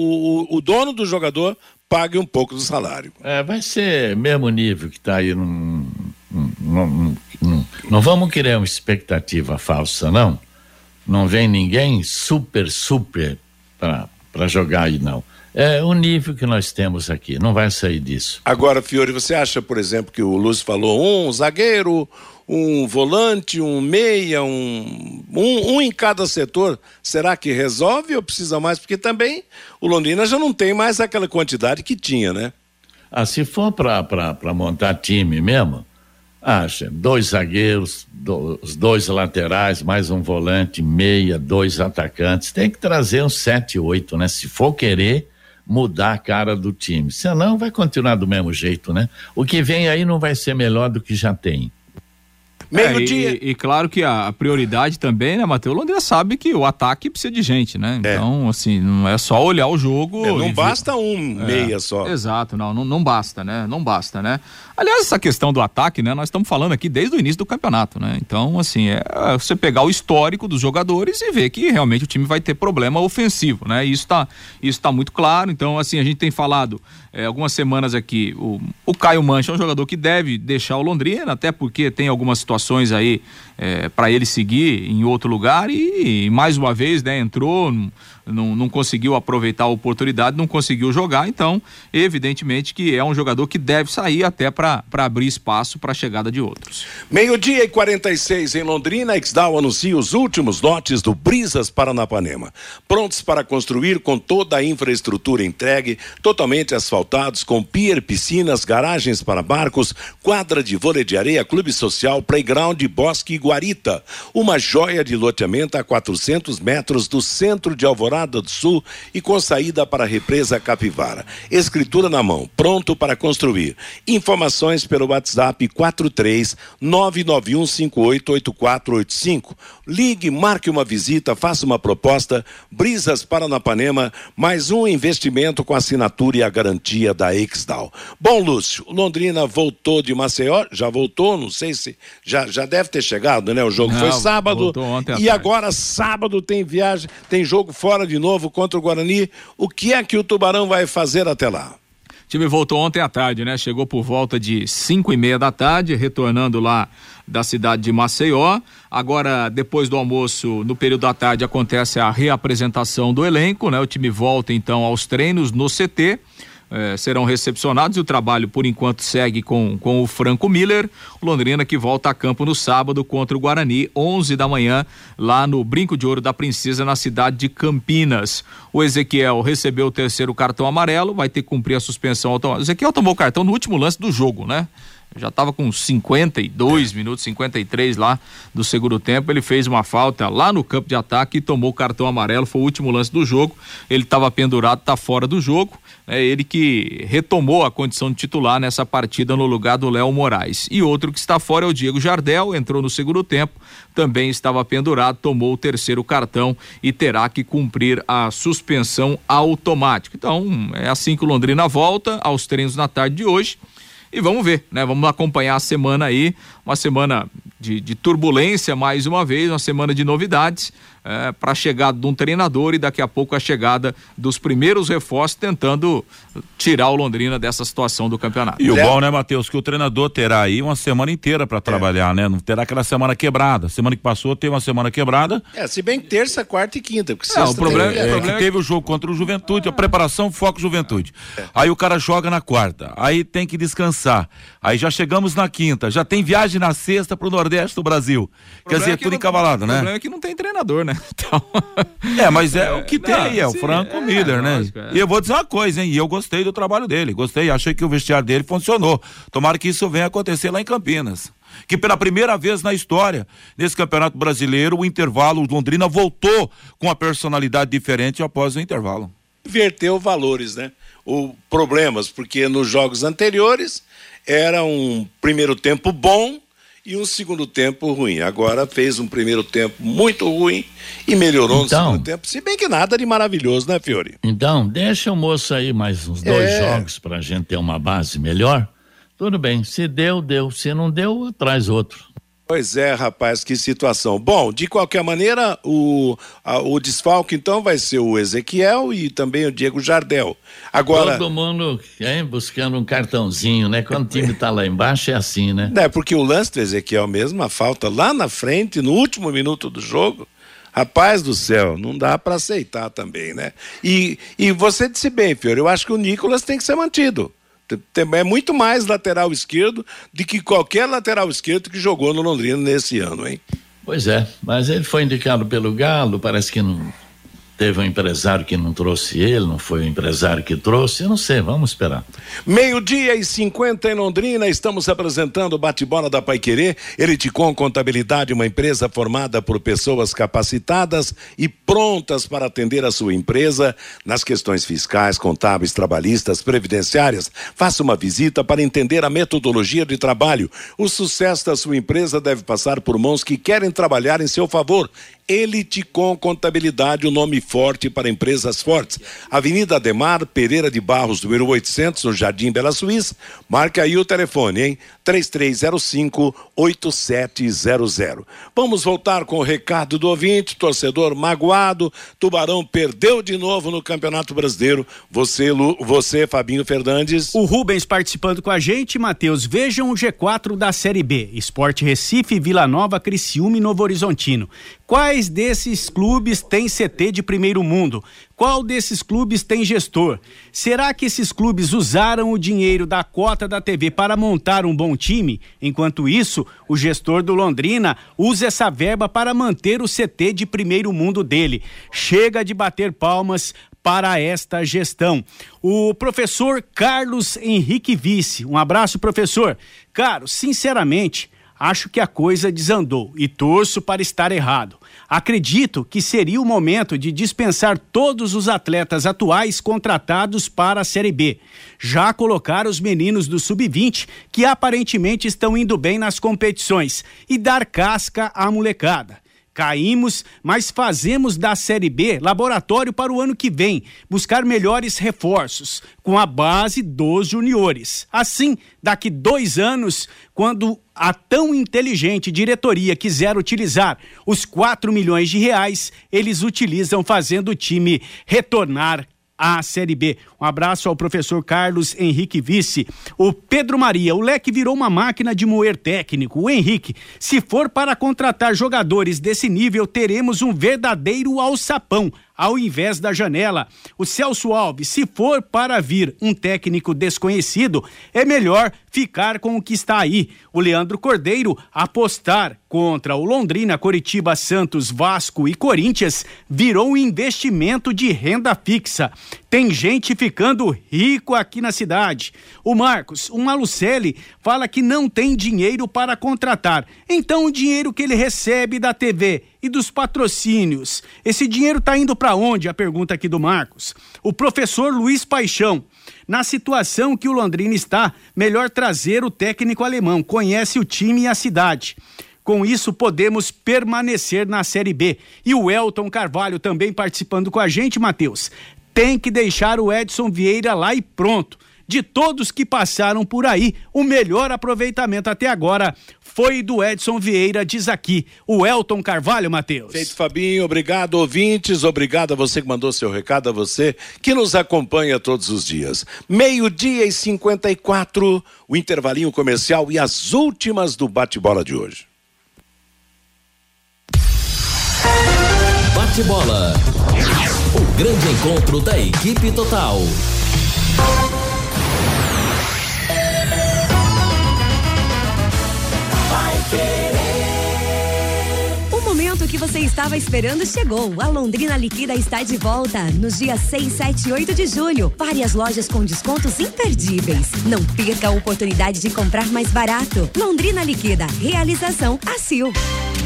o, o dono do jogador pague um pouco do salário. É, vai ser mesmo nível que está aí num, num, num, num, não vamos criar uma expectativa falsa, não. Não vem ninguém super, super para jogar aí, não. É o nível que nós temos aqui, não vai sair disso. Agora, Fiore, você acha, por exemplo, que o Lúcio falou um zagueiro, um volante, um meia, um, um, um em cada setor, será que resolve ou precisa mais? Porque também o Londrina já não tem mais aquela quantidade que tinha, né? Ah, se for para montar time mesmo, acha, dois zagueiros, do, os dois laterais, mais um volante, meia, dois atacantes, tem que trazer uns sete, oito, né? Se for querer mudar a cara do time, senão vai continuar do mesmo jeito, né? O que vem aí não vai ser melhor do que já tem. Meio é, dia. E, e claro que a, a prioridade também, né, Matheus? O Londrina sabe que o ataque precisa de gente, né? Então, é. assim, não é só olhar o jogo. É, não basta ver... um meia é, só. Exato, não, não, não basta, né? Não basta, né? Aliás, essa questão do ataque, né? Nós estamos falando aqui desde o início do campeonato, né? Então, assim, é você pegar o histórico dos jogadores e ver que realmente o time vai ter problema ofensivo, né? Isso tá, isso tá muito claro. Então, assim, a gente tem falado é, algumas semanas aqui, o, o Caio Mancha é um jogador que deve deixar o Londrina, até porque tem algumas situações aí é, para ele seguir em outro lugar e, e mais uma vez, né, entrou, não, não conseguiu aproveitar a oportunidade, não conseguiu jogar, então evidentemente que é um jogador que deve sair até para abrir espaço para a chegada de outros. Meio-dia e quarenta e seis em Londrina, a Exdal anuncia os últimos lotes do Brisas Paranapanema, prontos para construir com toda a infraestrutura entregue, totalmente asfaltados, com pier, piscinas, garagens para barcos, quadra de vôlei de areia, clube social, playground, bosque e guarita. Uma joia de loteamento a quatrocentos metros do centro de Alvorada do Sul e com saída para a represa Capivara. Escritura na mão, pronto para construir. Informações pelo WhatsApp quatro três nove nove um cinco oito oito quatro oito cinco. Ligue, marque uma visita, faça uma proposta. Brisas Paranapanema, mais um investimento com assinatura e a garantia da Exdal. Bom, Lúcio, Londrina voltou de Maceió, já voltou, não sei se já, já deve ter chegado, né? O jogo não, foi sábado e agora sábado tem viagem, tem jogo fora de novo contra o Guarani. O que é que o Tubarão vai fazer até lá? O time voltou ontem à tarde, né? Chegou por volta de cinco e meia da tarde, retornando lá da cidade de Maceió. Agora, depois do almoço, no período da tarde, acontece a reapresentação do elenco, né? O time volta então aos treinos no C T. eh, serão recepcionados e o trabalho por enquanto segue com, com o Franco Miller. O Londrina que volta a campo no sábado contra o Guarani, onze da manhã, lá no Brinco de Ouro da Princesa, na cidade de Campinas. O Ezequiel recebeu o terceiro cartão amarelo, vai ter que cumprir a suspensão automática. O Ezequiel tomou o cartão no último lance do jogo, né? Já estava com cinquenta e dois minutos, cinquenta e três lá do segundo tempo. Ele fez uma falta lá no campo de ataque e tomou o cartão amarelo. Foi o último lance do jogo. Ele estava pendurado, está fora do jogo. É ele que retomou a condição de titular nessa partida no lugar do Léo Moraes. E outro que está fora é o Diego Jardel, entrou no segundo tempo, também estava pendurado, tomou o terceiro cartão e terá que cumprir a suspensão automática. Então, é assim que o Londrina volta aos treinos na tarde de hoje. E vamos ver, né? Vamos acompanhar a semana aí, uma semana de, de turbulência mais uma vez, uma semana de novidades é, para a chegada de um treinador e daqui a pouco a chegada dos primeiros reforços tentando tirar o Londrina dessa situação do campeonato. E o bom, né, Matheus, que o treinador terá aí uma semana inteira para trabalhar, é. né? Não terá aquela semana quebrada. Semana que passou teve uma semana quebrada. É, se bem que terça, quarta e quinta. Porque é, o problema, é, é que teve o jogo contra o Juventude, a preparação, foco Juventude. É. Aí o cara joga na quarta, aí tem que descansar. Aí já chegamos na quinta, já tem viagem na sexta pro Nordeste do Brasil. Quer dizer, é tudo não, encavalado, né? O problema é que não tem treinador, né? Então... É, mas é o que tem aí, é o Franco é, Miller, né? Lógico, é. E eu vou dizer uma coisa, hein? E eu gostei do trabalho dele, gostei, achei que o vestiário dele funcionou. Tomara que isso venha acontecer lá em Campinas. Que pela primeira vez na história, nesse Campeonato Brasileiro, o intervalo, o Londrina voltou com uma personalidade diferente após o intervalo. Inverteu valores, né? O problemas, porque nos jogos anteriores era um primeiro tempo bom e um segundo tempo ruim. Agora fez um primeiro tempo muito ruim e melhorou então, no segundo tempo, se bem que nada de maravilhoso, né, Fiori? Então, deixa o moço aí mais uns dois é... jogos pra gente ter uma base melhor. Tudo bem, se deu, deu. Se não deu, traz outro. Pois é, rapaz, que situação. Bom, de qualquer maneira, o, a, o desfalque então vai ser o Ezequiel e também o Diego Jardel. Agora... Todo mundo hein, buscando um cartãozinho, né? Quando o time tá lá embaixo é assim, né? É, porque o lance do Ezequiel mesmo, a falta lá na frente, no último minuto do jogo, rapaz do céu, não dá para aceitar também, né? E, e você disse bem, Fiore, eu acho que o Nicolas tem que ser mantido. É muito mais lateral esquerdo do que qualquer lateral esquerdo que jogou no Londrina nesse ano, hein? Pois é, mas ele foi indicado pelo Galo, parece que não teve um empresário que não trouxe ele, não foi o empresário que trouxe, eu não sei, vamos esperar. Meio-dia e cinquenta em Londrina, estamos apresentando o bate-bola da Paiquerê, Eliticom Contabilidade, uma empresa formada por pessoas capacitadas e prontas para atender a sua empresa nas questões fiscais, contábeis, trabalhistas, previdenciárias. Faça uma visita para entender a metodologia de trabalho. O sucesso da sua empresa deve passar por mãos que querem trabalhar em seu favor. Eliticom Contabilidade, o nome forte para empresas fortes. Avenida Ademar Pereira de Barros, número oitocentos, no Jardim Bela Suíça. Marca aí o telefone, hein? três três zero cinco, oito sete zero zero. Vamos voltar com o recado do ouvinte, torcedor magoado. Tubarão perdeu de novo no Campeonato Brasileiro. Você, Lu, você, Fabinho Fernandes. O Rubens participando com a gente. Matheus, vejam o G quatro da Série B. Sport Recife, Vila Nova, Criciúma e Novo Horizontino. Quais desses clubes tem C T de primeiro mundo? Qual desses clubes tem gestor? Será que esses clubes usaram o dinheiro da cota da T V para montar um bom time? Enquanto isso, o gestor do Londrina usa essa verba para manter o C T de primeiro mundo dele. Chega de bater palmas para esta gestão. O professor Carlos Henrique Vice. Um abraço, professor. Caro, sinceramente, acho que a coisa desandou e torço para estar errado. Acredito que seria o momento de dispensar todos os atletas atuais contratados para a Série B. Já colocar os meninos do sub vinte, que aparentemente estão indo bem nas competições, e dar casca à molecada. Caímos, mas fazemos da Série B laboratório para o ano que vem, buscar melhores reforços, com a base dos juniores. Assim, daqui dois anos, quando a tão inteligente diretoria quiser utilizar os quatro milhões de reais, eles utilizam fazendo o time retornar à Série B. Um abraço ao professor Carlos Henrique Vice. O Pedro Maria, o Leque virou uma máquina de moer técnico. O Henrique, se for para contratar jogadores desse nível, teremos um verdadeiro alçapão. ao invés da janela. O Celso Alves, se for para vir um técnico desconhecido, é melhor ficar com o que está aí. O Leandro Cordeiro, apostar contra o Londrina, Coritiba, Santos, Vasco e Corinthians virou um investimento de renda fixa. Tem gente ficando rico aqui na cidade. O Marcos, o Malucelli, fala que não tem dinheiro para contratar. Então o dinheiro que ele recebe da T V e dos patrocínios, esse dinheiro está indo para onde? A pergunta aqui do Marcos. O professor Luiz Paixão, na situação que o Londrina está, melhor trazer o técnico alemão, conhece o time e a cidade. Com isso, podemos permanecer na Série B. E o Elton Carvalho também participando com a gente, Matheus. Tem que deixar o Edson Vieira lá e pronto. De todos que passaram por aí, o melhor aproveitamento até agora foi do Edson Vieira, diz aqui o Elton Carvalho, Matheus. Feito, Fabinho, obrigado, ouvintes, obrigado a você que mandou seu recado, a você que nos acompanha todos os dias. Meio-dia e cinquenta e quatro, o intervalinho comercial e as últimas do bate-bola de hoje. Bate-bola. O grande encontro da equipe total. O momento que você estava esperando chegou. A Londrina Liquida está de volta nos dias seis, sete e oito de julho. Várias lojas com descontos imperdíveis. Não perca a oportunidade de comprar mais barato. Londrina Liquida. Realização A C I L.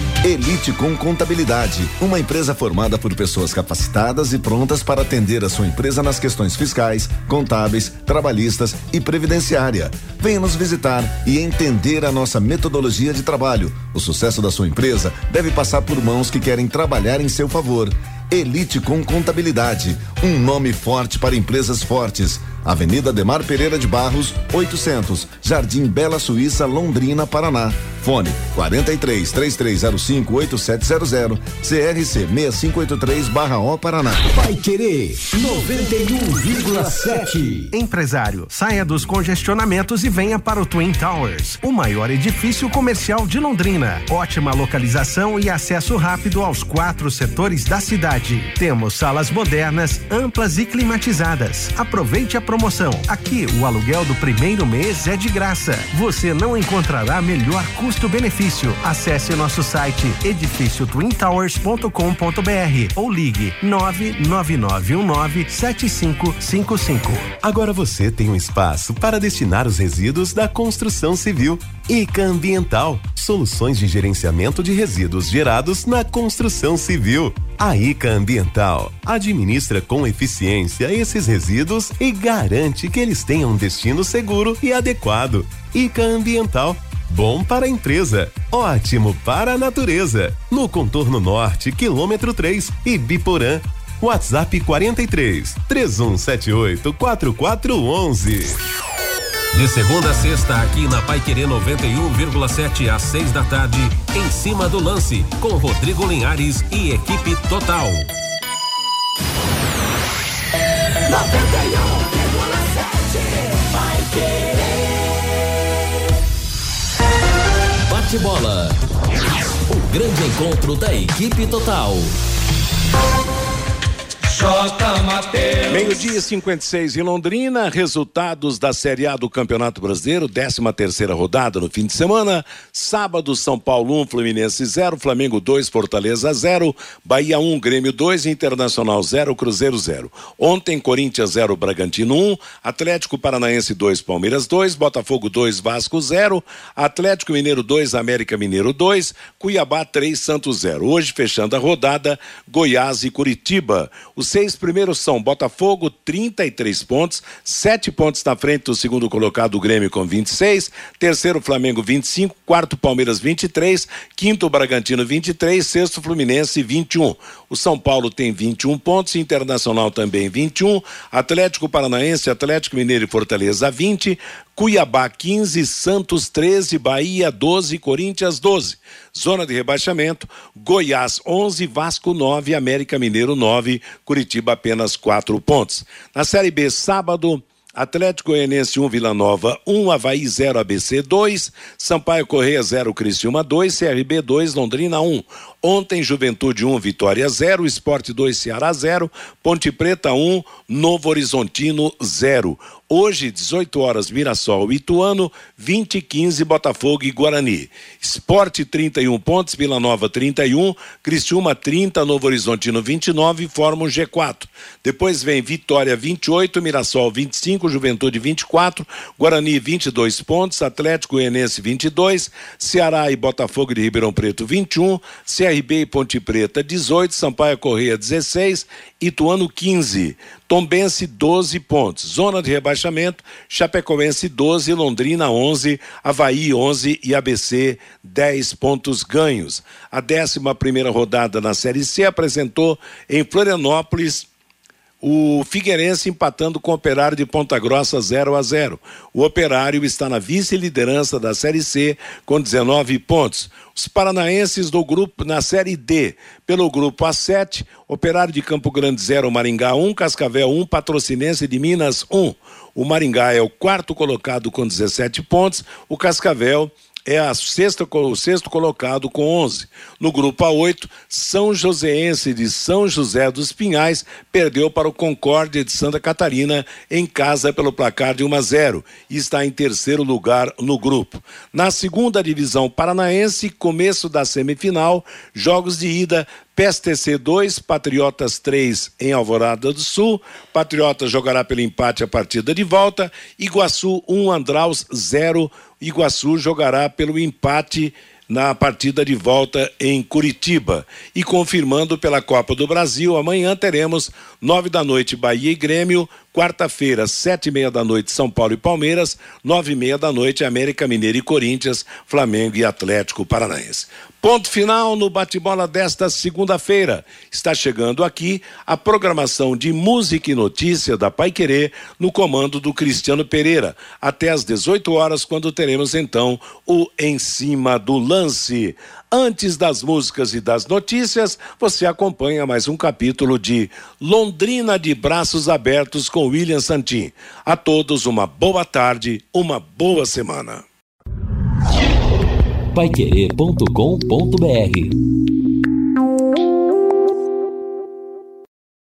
Elite com Contabilidade, uma empresa formada por pessoas capacitadas e prontas para atender a sua empresa nas questões fiscais, contábeis, trabalhistas e previdenciária. Venha nos visitar e entender a nossa metodologia de trabalho. O sucesso da sua empresa deve passar por mãos que querem trabalhar em seu favor. Elite com Contabilidade, um nome forte para empresas fortes. Avenida Ademar Pereira de Barros, oitocentos, Jardim Bela Suíça, Londrina, Paraná. Fone quarenta e três, três três zero cinco, oito sete zero zero, C R C seis cinco oito três barra O Paraná. Vai Querer noventa e um vírgula sete. Empresário, saia dos congestionamentos e venha para o Twin Towers, o maior edifício comercial de Londrina. Ótima localização e acesso rápido aos quatro setores da cidade. Temos salas modernas, amplas e climatizadas. Aproveite a promoção. Aqui o aluguel do primeiro mês é de graça. Você não encontrará melhor custo-benefício. Acesse nosso site edifício twin towers ponto com ponto br ou ligue nove nove nove um nove sete cinco cinco cinco. Agora você tem um espaço para destinar os resíduos da construção civil. Ica Ambiental, soluções de gerenciamento de resíduos gerados na construção civil. A Ica Ambiental administra com eficiência esses resíduos e garante que eles tenham um destino seguro e adequado. Ica Ambiental, bom para a empresa, ótimo para a natureza. No contorno norte, quilômetro três, Ibiporã. WhatsApp quarenta e três, três um sete oito, quatro quatro um um. De segunda a sexta, aqui na Paiquerê noventa e um vírgula sete às seis da tarde, em cima do lance, com Rodrigo Linhares e equipe total. noventa e um vírgula sete Paiquerê. Bate-bola. O grande encontro da equipe total. Meio-dia e cinquenta e seis em Londrina, resultados da Série A do Campeonato Brasileiro, décima terceira rodada no fim de semana. Sábado, São Paulo um, Fluminense zero, Flamengo dois, Fortaleza zero, Bahia um, Grêmio dois, Internacional zero, Cruzeiro zero. Ontem, Corinthians zero, Bragantino um, Atlético Paranaense dois, Palmeiras dois, Botafogo dois, Vasco zero, Atlético Mineiro dois, América Mineiro dois, Cuiabá três, Santos zero. Hoje, fechando a rodada, Goiás e Curitiba. Os seis primeiros são Botafogo, trinta e três pontos, sete pontos na frente do segundo colocado, o Grêmio com vinte e seis, terceiro Flamengo vinte e cinco, quarto Palmeiras vinte e três, quinto Bragantino vinte e três, sexto Fluminense vinte e um. O São Paulo tem vinte e um pontos, Internacional também vinte e um, Atlético Paranaense, Atlético Mineiro e Fortaleza vinte, Cuiabá quinze, Santos treze, Bahia doze, Corinthians doze. Zona de rebaixamento, Goiás onze, Vasco nove, América Mineiro nove, Curitiba apenas quatro pontos. Na Série B, sábado, Atlético Goianiense um, Vila Nova um, Avaí zero, A B C dois, Sampaio Corrêa zero, Criciúma dois, C R B dois, Londrina um. Ontem, Juventude um, Vitória zero, Sport dois, Ceará zero, Ponte Preta um, Novo Horizontino zero. Hoje, dezoito horas, Mirassol e Ituano, vinte e quinze, Botafogo e Guarani. Sport trinta e um pontos, Vila Nova trinta e um, Criciúma trinta, Novo Horizontino vinte e nove, formam G quatro. Depois vem Vitória vinte e oito, Mirassol vinte e cinco, Juventude vinte e quatro, Guarani vinte e dois pontos, Atlético Goianiense vinte e dois, Ceará e Botafogo de Ribeirão Preto vinte e um, C R B e Ponte Preta dezoito, Sampaio Correia dezesseis, Ituano quinze. Tombense doze pontos, zona de rebaixamento, Chapecoense doze, Londrina onze, Avaí onze e A B C dez pontos ganhos. A décima primeira rodada na Série C apresentou em Florianópolis o Figueirense empatando com o Operário de Ponta Grossa zero a zero. O Operário está na vice-liderança da Série C com dezenove pontos. Os paranaenses do grupo na Série D, pelo grupo A sete, Operário de Campo Grande zero, Maringá um, Cascavel um, Patrocinense de Minas um. O Maringá é o quarto colocado com dezessete pontos, o Cascavel é a sexta, o sexto colocado com onze. No grupo A oito, São Joséense de São José dos Pinhais perdeu para o Concórdia de Santa Catarina em casa pelo placar de um a zero e está em terceiro lugar no grupo. Na segunda divisão paranaense, começo da semifinal, jogos de ida, P S T C dois, Patriotas três em Alvorada do Sul. Patriotas jogará pelo empate a partida de volta. Iguaçu um, Andraus zero. Iguaçu jogará pelo empate na partida de volta em Curitiba. E confirmando pela Copa do Brasil, amanhã teremos nove da noite Bahia e Grêmio, quarta-feira, sete e meia da noite São Paulo e Palmeiras, nove e meia da noite América Mineiro e Corinthians, Flamengo e Atlético Paranaense. Ponto final no bate-bola desta segunda-feira. Está chegando aqui a programação de música e notícia da Paiquerê no comando do Cristiano Pereira, até às dezoito horas, quando teremos então o Em Cima do Lance. Antes das músicas e das notícias, você acompanha mais um capítulo de Londrina de Braços Abertos com William Santin. A todos uma boa tarde, uma boa semana. paiquerê ponto com ponto br